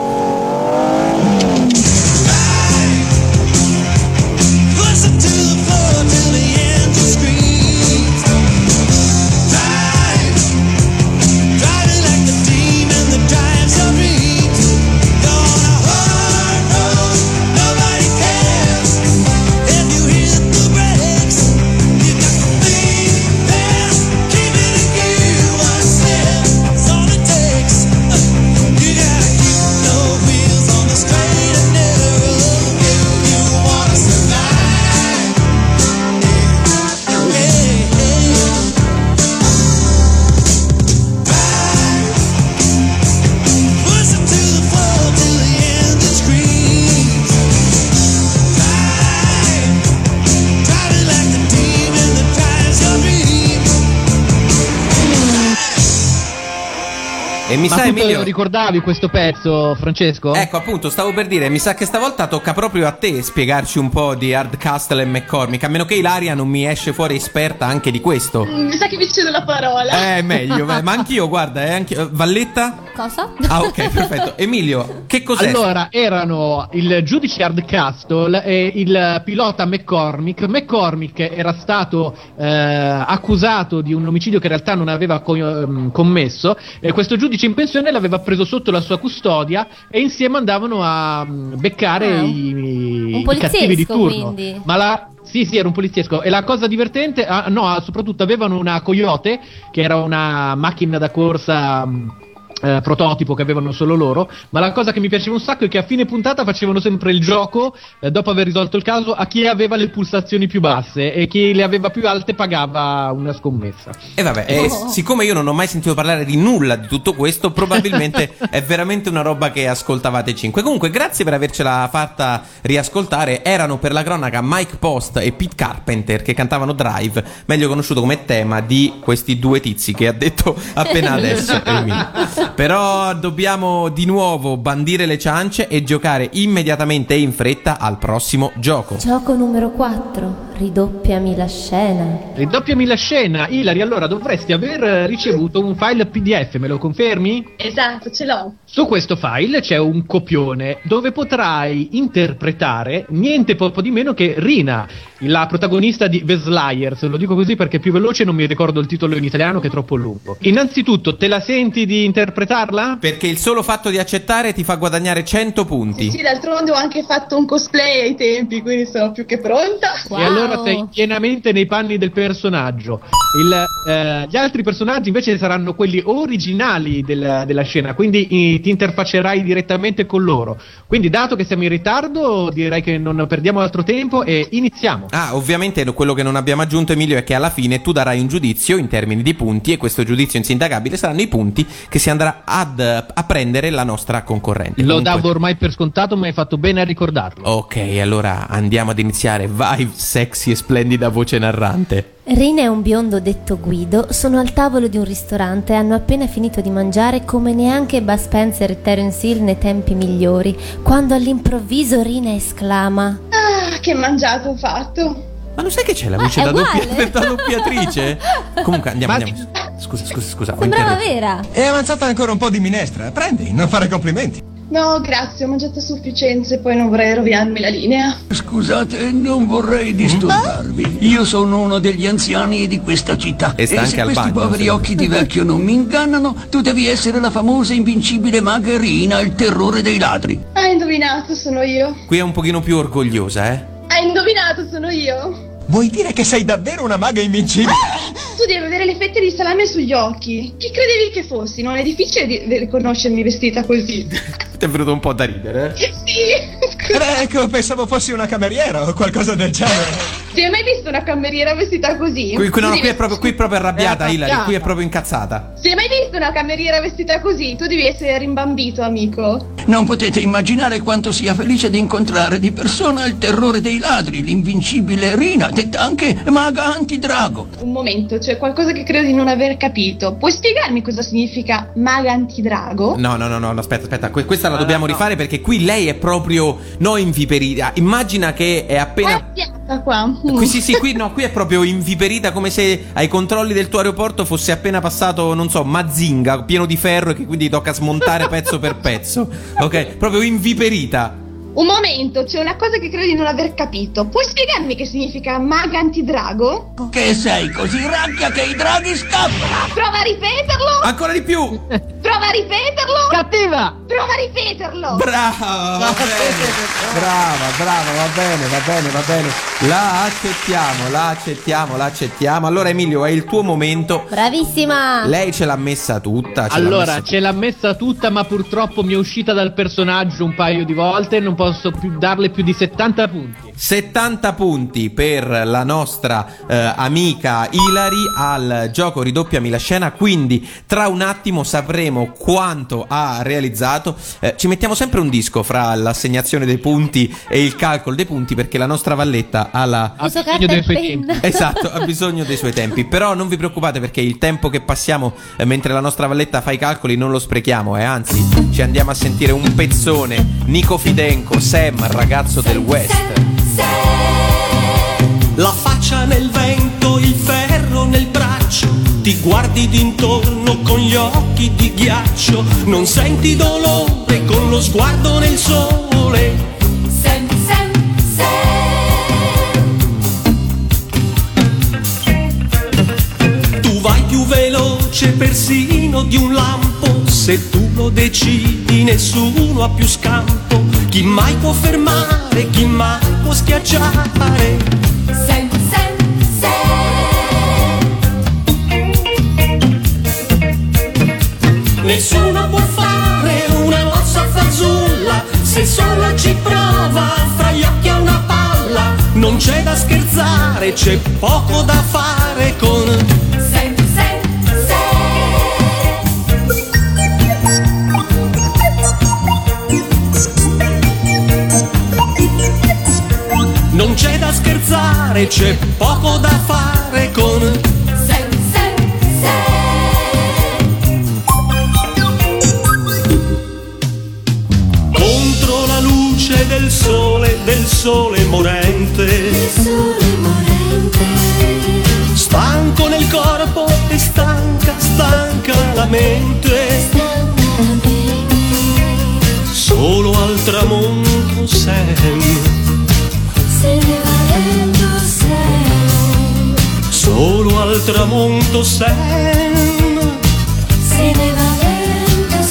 E mi sa, Emilio, lo ricordavi questo pezzo, Francesco? Ecco, appunto, stavo per dire, mi sa che stavolta tocca proprio a te spiegarci un po' di Hardcastle e McCormick, a meno che Ilaria non mi esce fuori esperta anche di questo. Mi sa che vi cedo la parola. Meglio, ma anch'io, guarda, Valletta? Cosa? Ah, ok, perfetto. Emilio, che cos'è? Allora, erano il giudice Hardcastle e il pilota McCormick. McCormick era stato accusato di un omicidio che in realtà non aveva commesso, e questo giudice in pensione l'aveva preso sotto la sua custodia e insieme andavano a beccare i cattivi di turno. Quindi. Sì, era un poliziesco. E la cosa divertente, soprattutto avevano una Coyote, che era una macchina da corsa prototipo che avevano solo loro, ma la cosa che mi piaceva un sacco è che a fine puntata facevano sempre il gioco, dopo aver risolto il caso, a chi aveva le pulsazioni più basse, e chi le aveva più alte pagava una scommessa. E vabbè, siccome io non ho mai sentito parlare di nulla di tutto questo, probabilmente è veramente una roba che ascoltavate 5. Comunque, grazie per avercela fatta riascoltare. Erano, per la cronaca, Mike Post e Pete Carpenter, che cantavano Drive, meglio conosciuto come tema di questi due tizi che ha detto appena adesso Emilio. Però dobbiamo di nuovo bandire le ciance e giocare immediatamente e in fretta al prossimo gioco. Gioco numero 4. Ridoppiami la scena. Ridoppiami la scena. Ilari, allora dovresti aver ricevuto un file PDF, me lo confermi? Esatto, ce l'ho. Su questo file c'è un copione dove potrai interpretare niente poco di meno che Rina, la protagonista di The Slayers. Lo dico così perché è più veloce, non mi ricordo il titolo in italiano che è troppo lungo. Innanzitutto, te la senti di interpretarla? Perché il solo fatto di accettare ti fa guadagnare 100 punti. Sì, d'altronde ho anche fatto un cosplay ai tempi, quindi sono più che pronta. Wow. E allora sei pienamente nei panni del personaggio. Gli altri personaggi invece saranno quelli originali della scena, quindi ti interfaccerai direttamente con loro. Quindi, dato che siamo in ritardo, direi che non perdiamo altro tempo e iniziamo. Ovviamente quello che non abbiamo aggiunto, Emilio, è che alla fine tu darai un giudizio in termini di punti, e questo giudizio insindacabile saranno i punti che si andrà a prendere la nostra concorrente. Lo davo ormai per scontato, ma hai fatto bene a ricordarlo. Ok, allora andiamo ad iniziare. Vai, sexy e splendida voce narrante. Rina e un biondo detto Guido sono al tavolo di un ristorante e hanno appena finito di mangiare come neanche Bud Spencer e Terence Hill nei tempi migliori, quando all'improvviso Rina esclama: Ah, che mangiato ho fatto! Ma non sai che c'è la voce da doppiatrice? Comunque andiamo. Scusa. Sembrava vera. È avanzata ancora un po' di minestra. Prendi, non fare complimenti. No, grazie, ho mangiato a sufficienza e poi non vorrei rovinarmi la linea. Scusate, non vorrei disturbarvi. Io sono uno degli anziani di questa città. E sta anche se al questi bagno, poveri sì. occhi di vecchio non mi ingannano, tu devi essere la famosa invincibile maga Rina, il terrore dei ladri. Hai indovinato, sono io. Qui è un pochino più orgogliosa, eh? Hai indovinato, sono io. Vuoi dire che sei davvero una maga invincibile? Tu devi avere le fette di salame sugli occhi. Chi credevi che fossi? Non è difficile di riconoscermi vestita così. Ti è venuto un po' da ridere, eh? Sì. Ecco, pensavo fossi una cameriera o qualcosa del genere. Ti hai mai visto una cameriera vestita così? Qui è proprio arrabbiata, Ilari, qui è proprio incazzata. Ti hai mai visto una cameriera vestita così? Tu devi essere rimbambito, amico. Non potete immaginare quanto sia felice di incontrare di persona il terrore dei ladri, l'invincibile Rina, detta anche maga antidrago. Un momento, c'è qualcosa che credo di non aver capito. Puoi spiegarmi cosa significa maga antidrago? No, aspetta, questa la dobbiamo rifare perché qui lei è proprio inviperita. Immagina che è appena qua. Qui è proprio inviperita, come se ai controlli del tuo aeroporto fosse appena passato, non so, Mazinga pieno di ferro e che quindi tocca smontare pezzo per pezzo. Ok, proprio inviperita. Un momento, c'è una cosa che credo di non aver capito. Puoi spiegarmi che significa maga antidrago? Che sei così ranchia che i draghi scappano. Prova a ripeterlo. Ancora di più. Prova a ripeterlo. Cattiva. Prova a ripeterlo. Brava, va bene. La accettiamo. Allora Emilio, è il tuo momento. Bravissima. Lei ce l'ha messa tutta. Ce l'ha messa tutta, ma purtroppo mi è uscita dal personaggio un paio di volte. Non posso più darle più di 70 punti. 70 punti per la nostra amica Ilari al gioco Ridoppiami la scena. Quindi tra un attimo sapremo quanto ha realizzato. Ci mettiamo sempre un disco fra l'assegnazione dei punti e il calcolo dei punti, perché la nostra Valletta ha bisogno dei suoi tempi. Esatto, ha bisogno dei suoi tempi. Però non vi preoccupate, perché il tempo che passiamo mentre la nostra Valletta fa i calcoli non lo sprechiamo, anzi ci andiamo a sentire un pezzone. Nico Fidenco, Sam, ragazzo del West. La faccia nel vento, il ferro nel braccio, ti guardi d'intorno con gli occhi di ghiaccio, non senti dolore con lo sguardo nel sole. Sam, Sam, Sam. Tu vai più veloce persino di un lampo, se tu lo decidi nessuno ha più scampo. Chi mai può fermare, chi mai può schiacciare? Sam, Sam, Sam. Nessuno può fare una mossa fazulla, se solo ci prova, fra gli occhi ha una palla. Non c'è da scherzare, c'è poco da fare con Sam, Sam, non c'è da scherzare, c'è poco da fare con Sam, Sam, contro la luce del sole morente, stanco nel corpo e stanca la mente, solo al tramonto Sam. Solo al tramonto Sam. Se ne va lento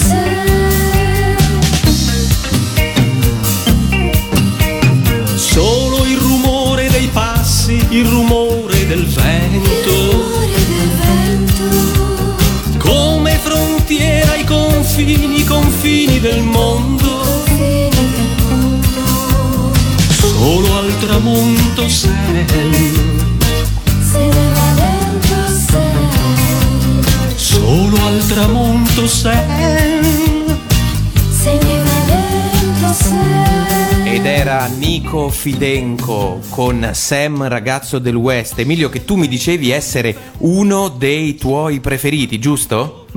Sam. Solo il rumore dei passi, il rumore del vento, come frontiera ai confini del mondo. Solo al tramonto Sam. Solo al tramonto Sam. Ed era Nico Fidenco con Sam, ragazzo del West. Emilio, che tu mi dicevi essere uno dei tuoi preferiti, giusto?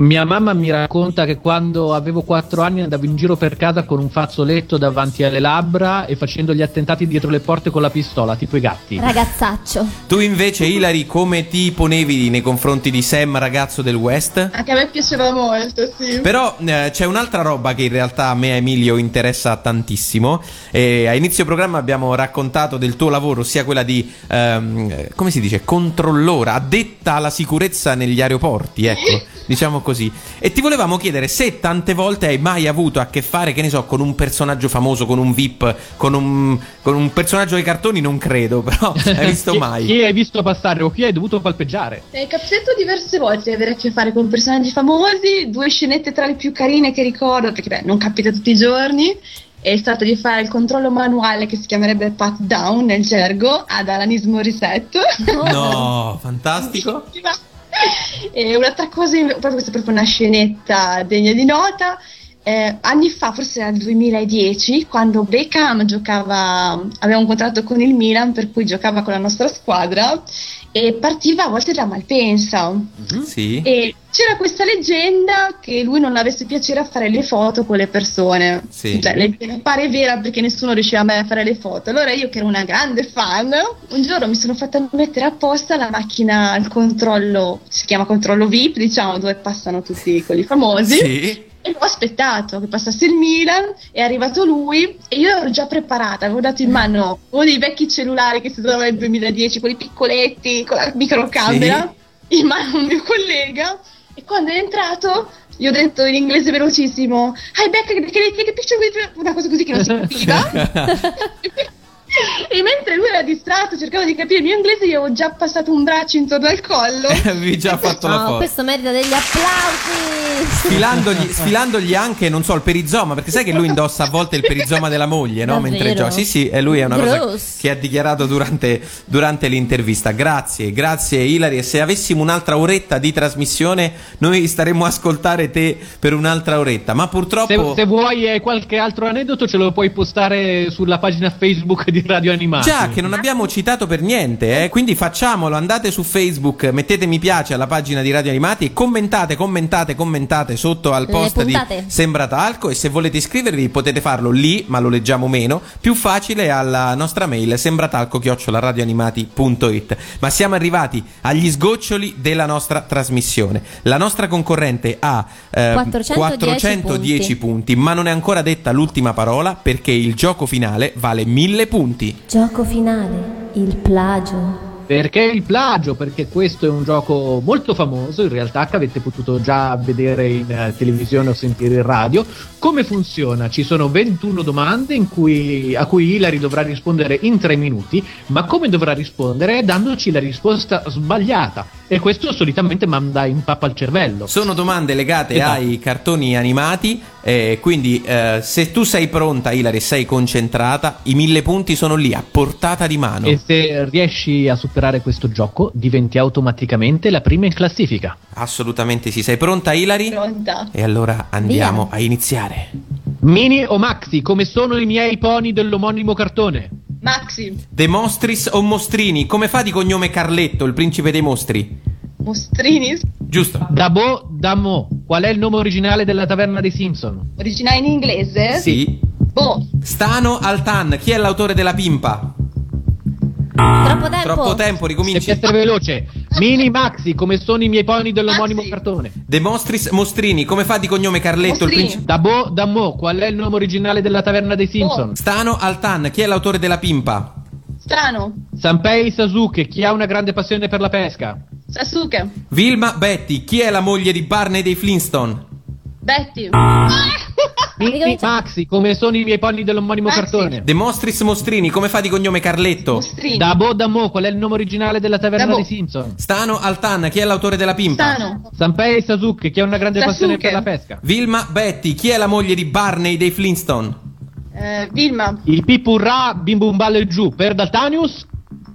Mia mamma mi racconta che quando avevo 4 anni andavo in giro per casa con un fazzoletto davanti alle labbra e facendo gli attentati dietro le porte con la pistola, tipo i gatti. Ragazzaccio. Tu invece, Ilari, come ti ponevi nei confronti di Sam, ragazzo del West? Anche a me piaceva molto, sì. Però c'è un'altra roba che in realtà a me e Emilio interessa tantissimo. A inizio programma abbiamo raccontato del tuo lavoro, sia quella di, come si dice, controllora, addetta alla sicurezza negli aeroporti, ecco, diciamo così. E ti volevamo chiedere se tante volte hai mai avuto a che fare, che ne so, con un personaggio famoso, con un VIP, con un personaggio dei cartoni, non credo, però hai visto mai? Chi hai visto passare o chi hai dovuto palpeggiare? È capitato diverse volte di avere a che fare con personaggi famosi, 2 scenette tra le più carine che ricordo, perché non capita tutti i giorni. È stato di fare il controllo manuale, che si chiamerebbe pat down nel gergo, ad Alanis Morissette. No, fantastico. E un'altra cosa, proprio questa è proprio una scenetta degna di nota. Anni fa, forse era il 2010, quando Beckham aveva un contratto con il Milan, per cui giocava con la nostra squadra e partiva a volte da Malpensa. Sì. E c'era questa leggenda che lui non avesse piacere a fare le foto con le persone. Sì. Cioè, leggenda pare vera perché nessuno riusciva mai a fare le foto. Allora io, che ero una grande fan, un giorno mi sono fatta mettere apposta la macchina al controllo, si chiama controllo VIP, diciamo, dove passano tutti quelli famosi. Sì. E l'ho aspettato che passasse il Milan, è arrivato lui e io ero già preparata, avevo dato in mano uno dei vecchi cellulari che si trovava nel 2010, quelli piccoletti con la microcamera, in mano a un mio collega, e quando è entrato gli ho detto in inglese velocissimo "Hi Beck, che picture with..." una cosa così che non si capiva. E mentre lui era distratto, cercavo di capire il mio inglese, io avevo già passato un braccio intorno al collo. Avevi già fatto la foto. Questo merita degli applausi. Sfilandogli anche, non so, il perizoma, perché sai che lui indossa a volte il perizoma della moglie, no? Davvero? Mentre gioca. Sì, e lui è una cosa Gross. che ha dichiarato durante l'intervista. Grazie Ilari, e se avessimo un'altra oretta di trasmissione noi staremmo a ascoltare te per un'altra oretta, ma purtroppo se vuoi qualche altro aneddoto ce lo puoi postare sulla pagina Facebook di Radio Animati. già che non abbiamo citato per niente, quindi facciamolo, andate su Facebook, mettete mi piace alla pagina di Radio Animati e commentate sotto al post di Sembra Talco, e se volete iscrivervi potete farlo lì, ma lo leggiamo meno, più facile alla nostra mail sembratalco@radioanimati.it. Ma siamo arrivati agli sgoccioli della nostra trasmissione. La nostra concorrente ha 410 punti, ma non è ancora detta l'ultima parola, perché il gioco finale vale 1000 punti. Gioco finale, il plagio. Perché il plagio? Perché questo è un gioco molto famoso, in realtà, che avete potuto già vedere in televisione o sentire in radio. Come funziona? Ci sono 21 domande a cui Ilari dovrà rispondere in 3 minuti, ma come dovrà rispondere? Dandoci la risposta sbagliata, e questo solitamente manda in pappa al cervello. Sono domande legate ai cartoni animati, quindi se tu sei pronta, Ilari, sei concentrata, i 1000 punti sono lì, a portata di mano. E se riesci a superare questo gioco, diventi automaticamente la prima in classifica. Assolutamente sì. Sei pronta, Ilari? Pronta. E allora andiamo a iniziare. Mini o Maxi, come sono i miei pony dell'omonimo cartone? Maxi. De Mostris o Mostrini, come fa di cognome Carletto, il principe dei mostri? Mostrini. Giusto. Dabo Damo, qual è il nome originale della taverna dei Simpson? Originale in inglese? Sì. Boh. Stano Altan, chi è l'autore della Pimpa? Troppo tempo, ricominci. Devi essere veloce. Mini Maxi, come sono i miei pony dell'omonimo cartone? De Mostris Mostrini, come fa di cognome Carletto, il principe? Dabo Damo, qual è il nome originale della taverna dei Simpson? Stano Altan, chi è l'autore della Pimpa? Strano. Sanpei Sasuke, chi ha una grande passione per la pesca? Sasuke. Vilma Betty, chi è la moglie di Barney dei Flintstone? Betty. Mini Maxi, come sono i miei pony dell'omonimo cartone? De Mostris Mostrini, come fa di cognome Carletto? Mostrini. Dabo Damo, qual è il nome originale della taverna Dabo. dei Simpson? Stano Altan, chi è l'autore della Pimpa? Stano. Sanpei Sasuke, chi ha una grande passione per la pesca? Vilma Betty, chi è la moglie di Barney dei Flintstone? Vilma. Il Pipurra Bim Bum Balle Giù per Daltanius?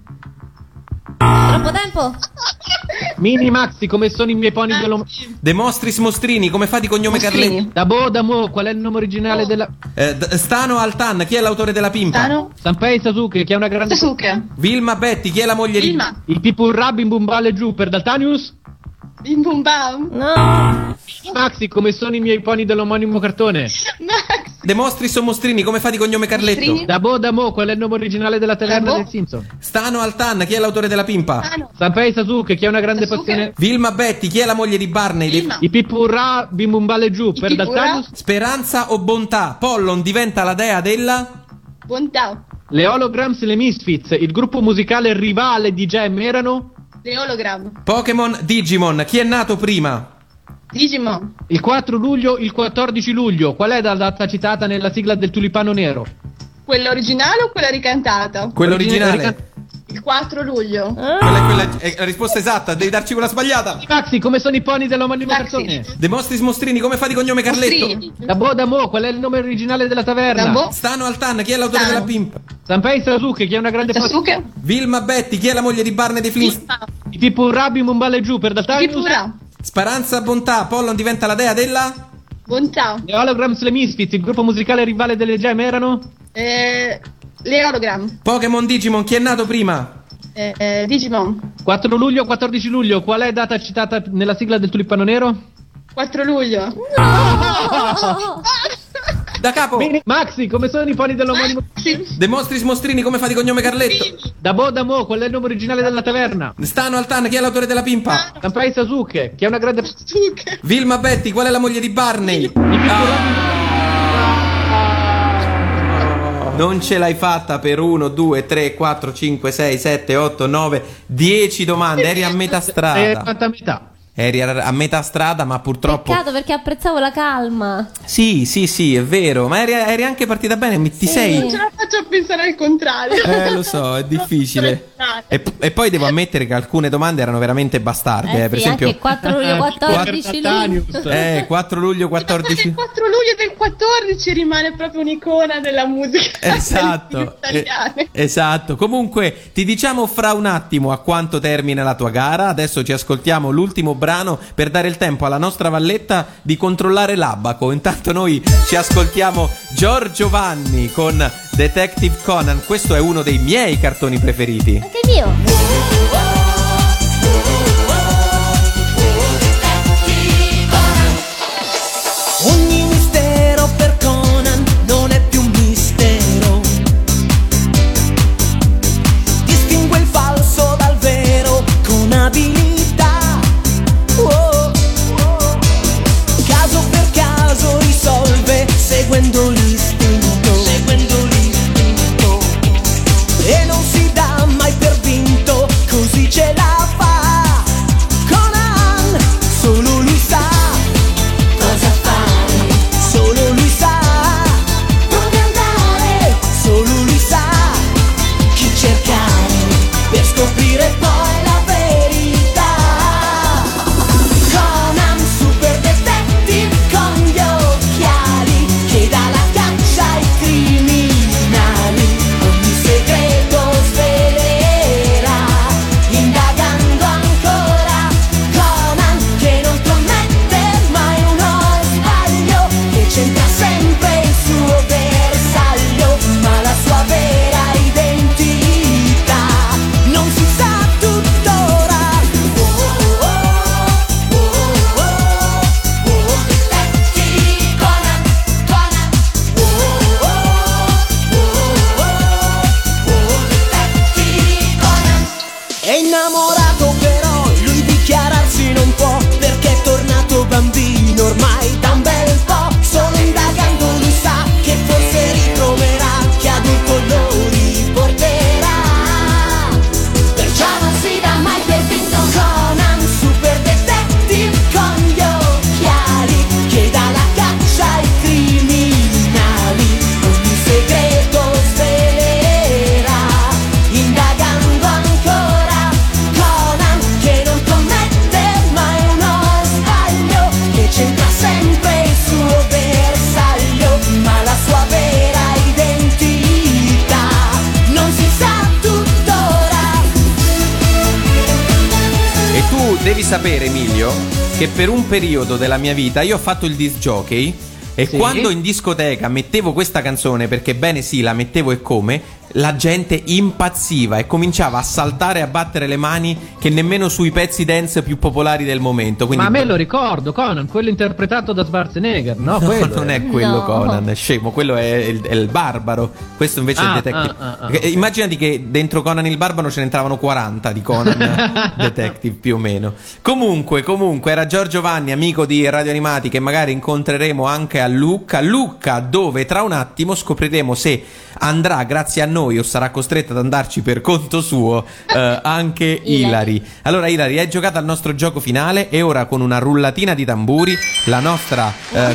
Troppo tempo. Mini Maxi, come sono i miei pony dell'omonimo? De Mostris Mostrini, come fa di cognome Carletto? Dabo Damo, qual è il nome originale della... Stano Altan, chi è l'autore della Pimpa? Stano. Sanpei Sasuke, chi ha una grande... Sasuke. Vilma Betty, chi è la moglie Vilma. Il Pipurra Bim Bum Balle Giù per Daltanius? Bim Bum Bam. No. Maxi, come sono i miei pony dell'omonimo cartone? De Mostris o Mostrini, come fa di cognome Carletto? Damo, qual è il nome originale della taverna del Simpson? Stano Altan, chi è l'autore della Pimpa? Sanpei Sasuke, chi ha una grande passione? Vilma Betty, chi è la moglie di Barney? I Pippurra Bimumbale giù, per Daltanius? Speranza o Bontà? Pollon diventa la dea della... Bontà. Le Holograms e le Misfits, il gruppo musicale rivale di Gem erano? Le Hologram. Pokémon Digimon, chi è nato prima? Digimon. Il 4 luglio, il 14 luglio, qual è la data citata nella sigla del Tulipano Nero? Quella originale o quella ricantata? Quella originale. Il 4 luglio. Quella è la risposta esatta, devi darci quella sbagliata. Maxi, come sono i pony dell'omonimo cartone? De Mostris Mostrini, come fa di cognome Carletto? Damo, qual è il nome originale della taverna? Stano Altan, chi è l'autore della Pimpa? Sanpei Sasuke, chi ha una grande passione? Vilma Betty, chi è la moglie di Barney dei Flintstones? I Pippurra Bimumbale giù, per Daltanius? Speranza Bontà, Pollon diventa la dea della... Bontà. Le Holograms e le Misfits, il gruppo musicale rivale delle Gem erano? Le Hologram. Pokémon Digimon, chi è nato prima? Digimon. 4 luglio, 14 luglio, qual è data citata nella sigla del Tulipano Nero? 4 luglio. Da capo. Bene. Maxi, come sono i pony dell'omonimo? De Mostris Mostrini, come fa di cognome Carletto? Damo, qual è il nome originale della taverna? Stano Altan, chi è l'autore della Pimpa? Sanpei Sasuke, chi ha una grande... Vilma Betty, qual è la moglie di Barney? Non ce l'hai fatta per 1, 2, 3, 4, 5, 6, 7, 8, 9, 10 domande. Eri a metà strada. A metà. Eri a metà strada, ma purtroppo... Peccato perché apprezzavo la calma. Sì, è vero. Ma eri anche partita bene. Ti sei... Non ce la faccio a pensare al contrario. Lo so, è difficile. E poi devo ammettere che alcune domande erano veramente bastarde. Per esempio... Anche 4 luglio, 14 luglio. 4 luglio, 14... Il 4 luglio del 14 rimane proprio un'icona della musica. Esatto. Esatto. Comunque, ti diciamo fra un attimo a quanto termina la tua gara. Adesso ci ascoltiamo l'ultimo brano per dare il tempo alla nostra Valletta di controllare l'abaco. Intanto noi ci ascoltiamo Giorgio Vanni con Detective Conan. Questo è uno dei miei cartoni preferiti. Anche il mio. Ogni mistero per Conan non è più un mistero. Distingue il falso dal vero con abilità. Caso per caso risolve seguendo l'istinto. E non si dà mai per vinto, così ce la fa. Conan, solo lui sa cosa fare, solo lui sa dove andare, solo lui sa chi cercare per scoprire poi la verità. Conan, super detective con gli occhiali che dà la caccia ai criminali, ogni segreto svelerà, indagando ancora. Conan che non commette mai uno sbaglio, che c'entra sempre il suo bersaglio, ma la sua vera identità non si sa tuttora. Detective Conan, Detective Conan. È innamorato però lui dichiararsi non può, perché è tornato bambino ormai da un bel po'. Solo indagando lui sa che forse ritroverà che adulto lo riporterà. Perciò non si dà mai per vinto. Conan, super detective con gli occhiali che dà la caccia ai criminali, ogni segreto svelerà, indagando ancora. Conan che non commette mai uno sbaglio, che c'entra sempre il suo bersaglio, ma la sua vera identità non si sa tuttora. E tu devi sapere, Emilio, che per un periodo della mia vita io ho fatto il disc jockey. E quando in discoteca mettevo questa canzone, perché bene sì, la mettevo e come, la gente impazziva e cominciava a saltare e a battere le mani, che nemmeno sui pezzi dance più popolari del momento. Quindi... Ma me lo ricordo, Conan, quello interpretato da Schwarzenegger, no? No, Quello non è quello, No. Conan, è scemo, quello è il barbaro. Questo invece è il detective. Perché immaginati che dentro Conan il barbaro ce ne entravano 40 di Conan Detective, più o meno. Comunque, era Giorgio Vanni, amico di Radio Animati, che magari incontreremo anche a Lucca, dove tra un attimo scopriremo se andrà grazie a noi o sarà costretto ad andarci per conto suo anche Ilari. Allora Ilari, hai giocato al nostro gioco finale e ora con una rullatina di tamburi la nostra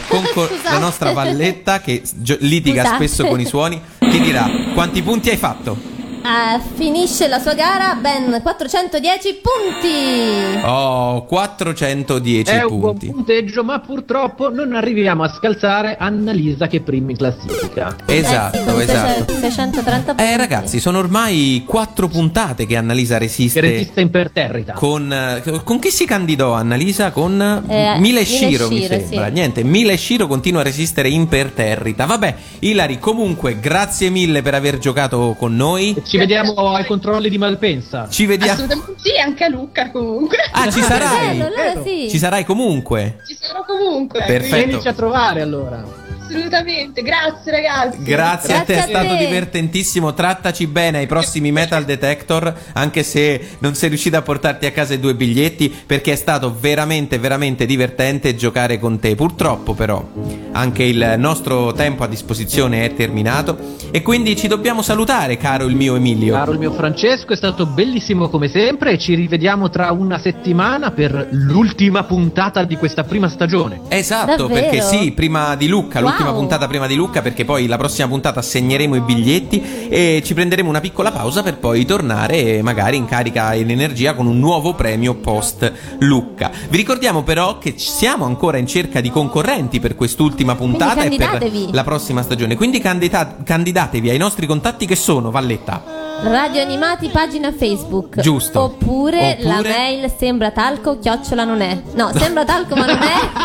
la nostra Valletta, che litiga Scusate. spesso con i suoni, ti dirà quanti punti hai fatto. Finisce la sua gara ben 410 punti. Oh, 410 È un buon punti. punteggio, ma purtroppo non arriviamo a scalzare Annalisa che è prima in classifica. Esatto, con esatto. 630 punti. Ragazzi, sono ormai 4 puntate che Annalisa resiste. Che resiste imperterrita. Con chi si candidò Annalisa? Con Mile Shiro, mi Shiro, sembra. sì. Niente, Mile Shiro continua a resistere imperterrita. Vabbè, Ilari, comunque, grazie mille per aver giocato con noi. Ci vediamo ai controlli di Malpensa. Ci vediamo. Assolutamente sì, anche a Lucca comunque. Ah, ci sarai? Allora sì. Ci sarai comunque? Ci sarò comunque. Perfetto. Vienici a trovare allora. Assolutamente, grazie ragazzi. Grazie a te, è Grazie a stato te. divertentissimo. Trattaci bene ai prossimi Metal Detector, anche se non sei riuscito a portarti a casa i 2 biglietti, perché è stato veramente veramente divertente giocare con te. Purtroppo però anche il nostro tempo a disposizione è terminato e quindi ci dobbiamo salutare, caro il mio Emilio. Caro il mio Francesco, è stato bellissimo come sempre e ci rivediamo tra una settimana per l'ultima puntata di questa prima stagione. Esatto, Davvero? perché sì, prima di Lucca, Wow. l'ultima puntata prima di Lucca, perché poi la prossima puntata assegneremo i biglietti e ci prenderemo una piccola pausa per poi tornare magari in carica e in energia con un nuovo premio post Lucca. Vi ricordiamo però che siamo ancora in cerca di concorrenti per quest'ultima puntata e Quindi per candidatevi. la prossima stagione, quindi candidatevi ai nostri contatti, che sono, Valletta. Radio Animati, pagina Facebook. Giusto. Oppure la mail sembratalco @ non è. No, sembratalco ma non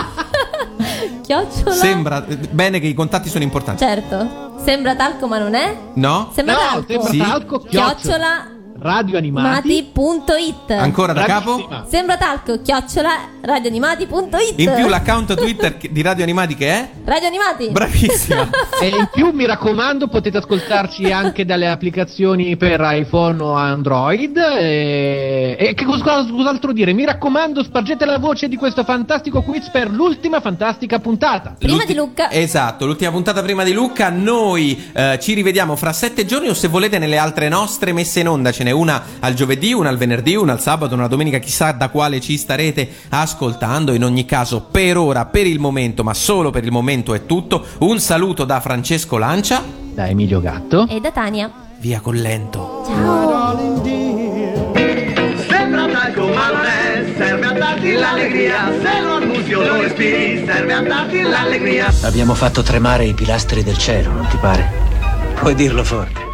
è. Chiocciola. Sembra bene che i contatti sono importanti. Certo. Sembratalco ma non è. No? Sembratalco. No, sembratalco, chiocciola radioanimati. mati.it. Ancora da capo? Sembratalco radioanimati.it. In più l'account Twitter di Radio Animati, che è? Radio Animati. Bravissima. E in più mi raccomando, potete ascoltarci anche dalle applicazioni per iPhone o Android. E che cos'altro dire? Mi raccomando, spargete la voce di questo fantastico quiz per l'ultima fantastica puntata. Prima di Lucca. Esatto, l'ultima puntata prima di Lucca. Noi ci rivediamo fra 7 giorni, o se volete nelle altre nostre messe in onda. Ce n'è una al giovedì, una al venerdì, una al sabato, una domenica, chissà da quale ci starete ascoltando. In ogni caso, per ora, per il momento, ma solo per il momento è tutto. Un saluto da Francesco Lancia, da Emilio Gatto e da Tania. Via col lento. Ciao. Sembra talco ma non è, serve a darti l'allegria. Se lo annusi o lo respiri, serve a darti l'allegria. Abbiamo fatto tremare i pilastri del cielo, non ti pare? Puoi dirlo forte.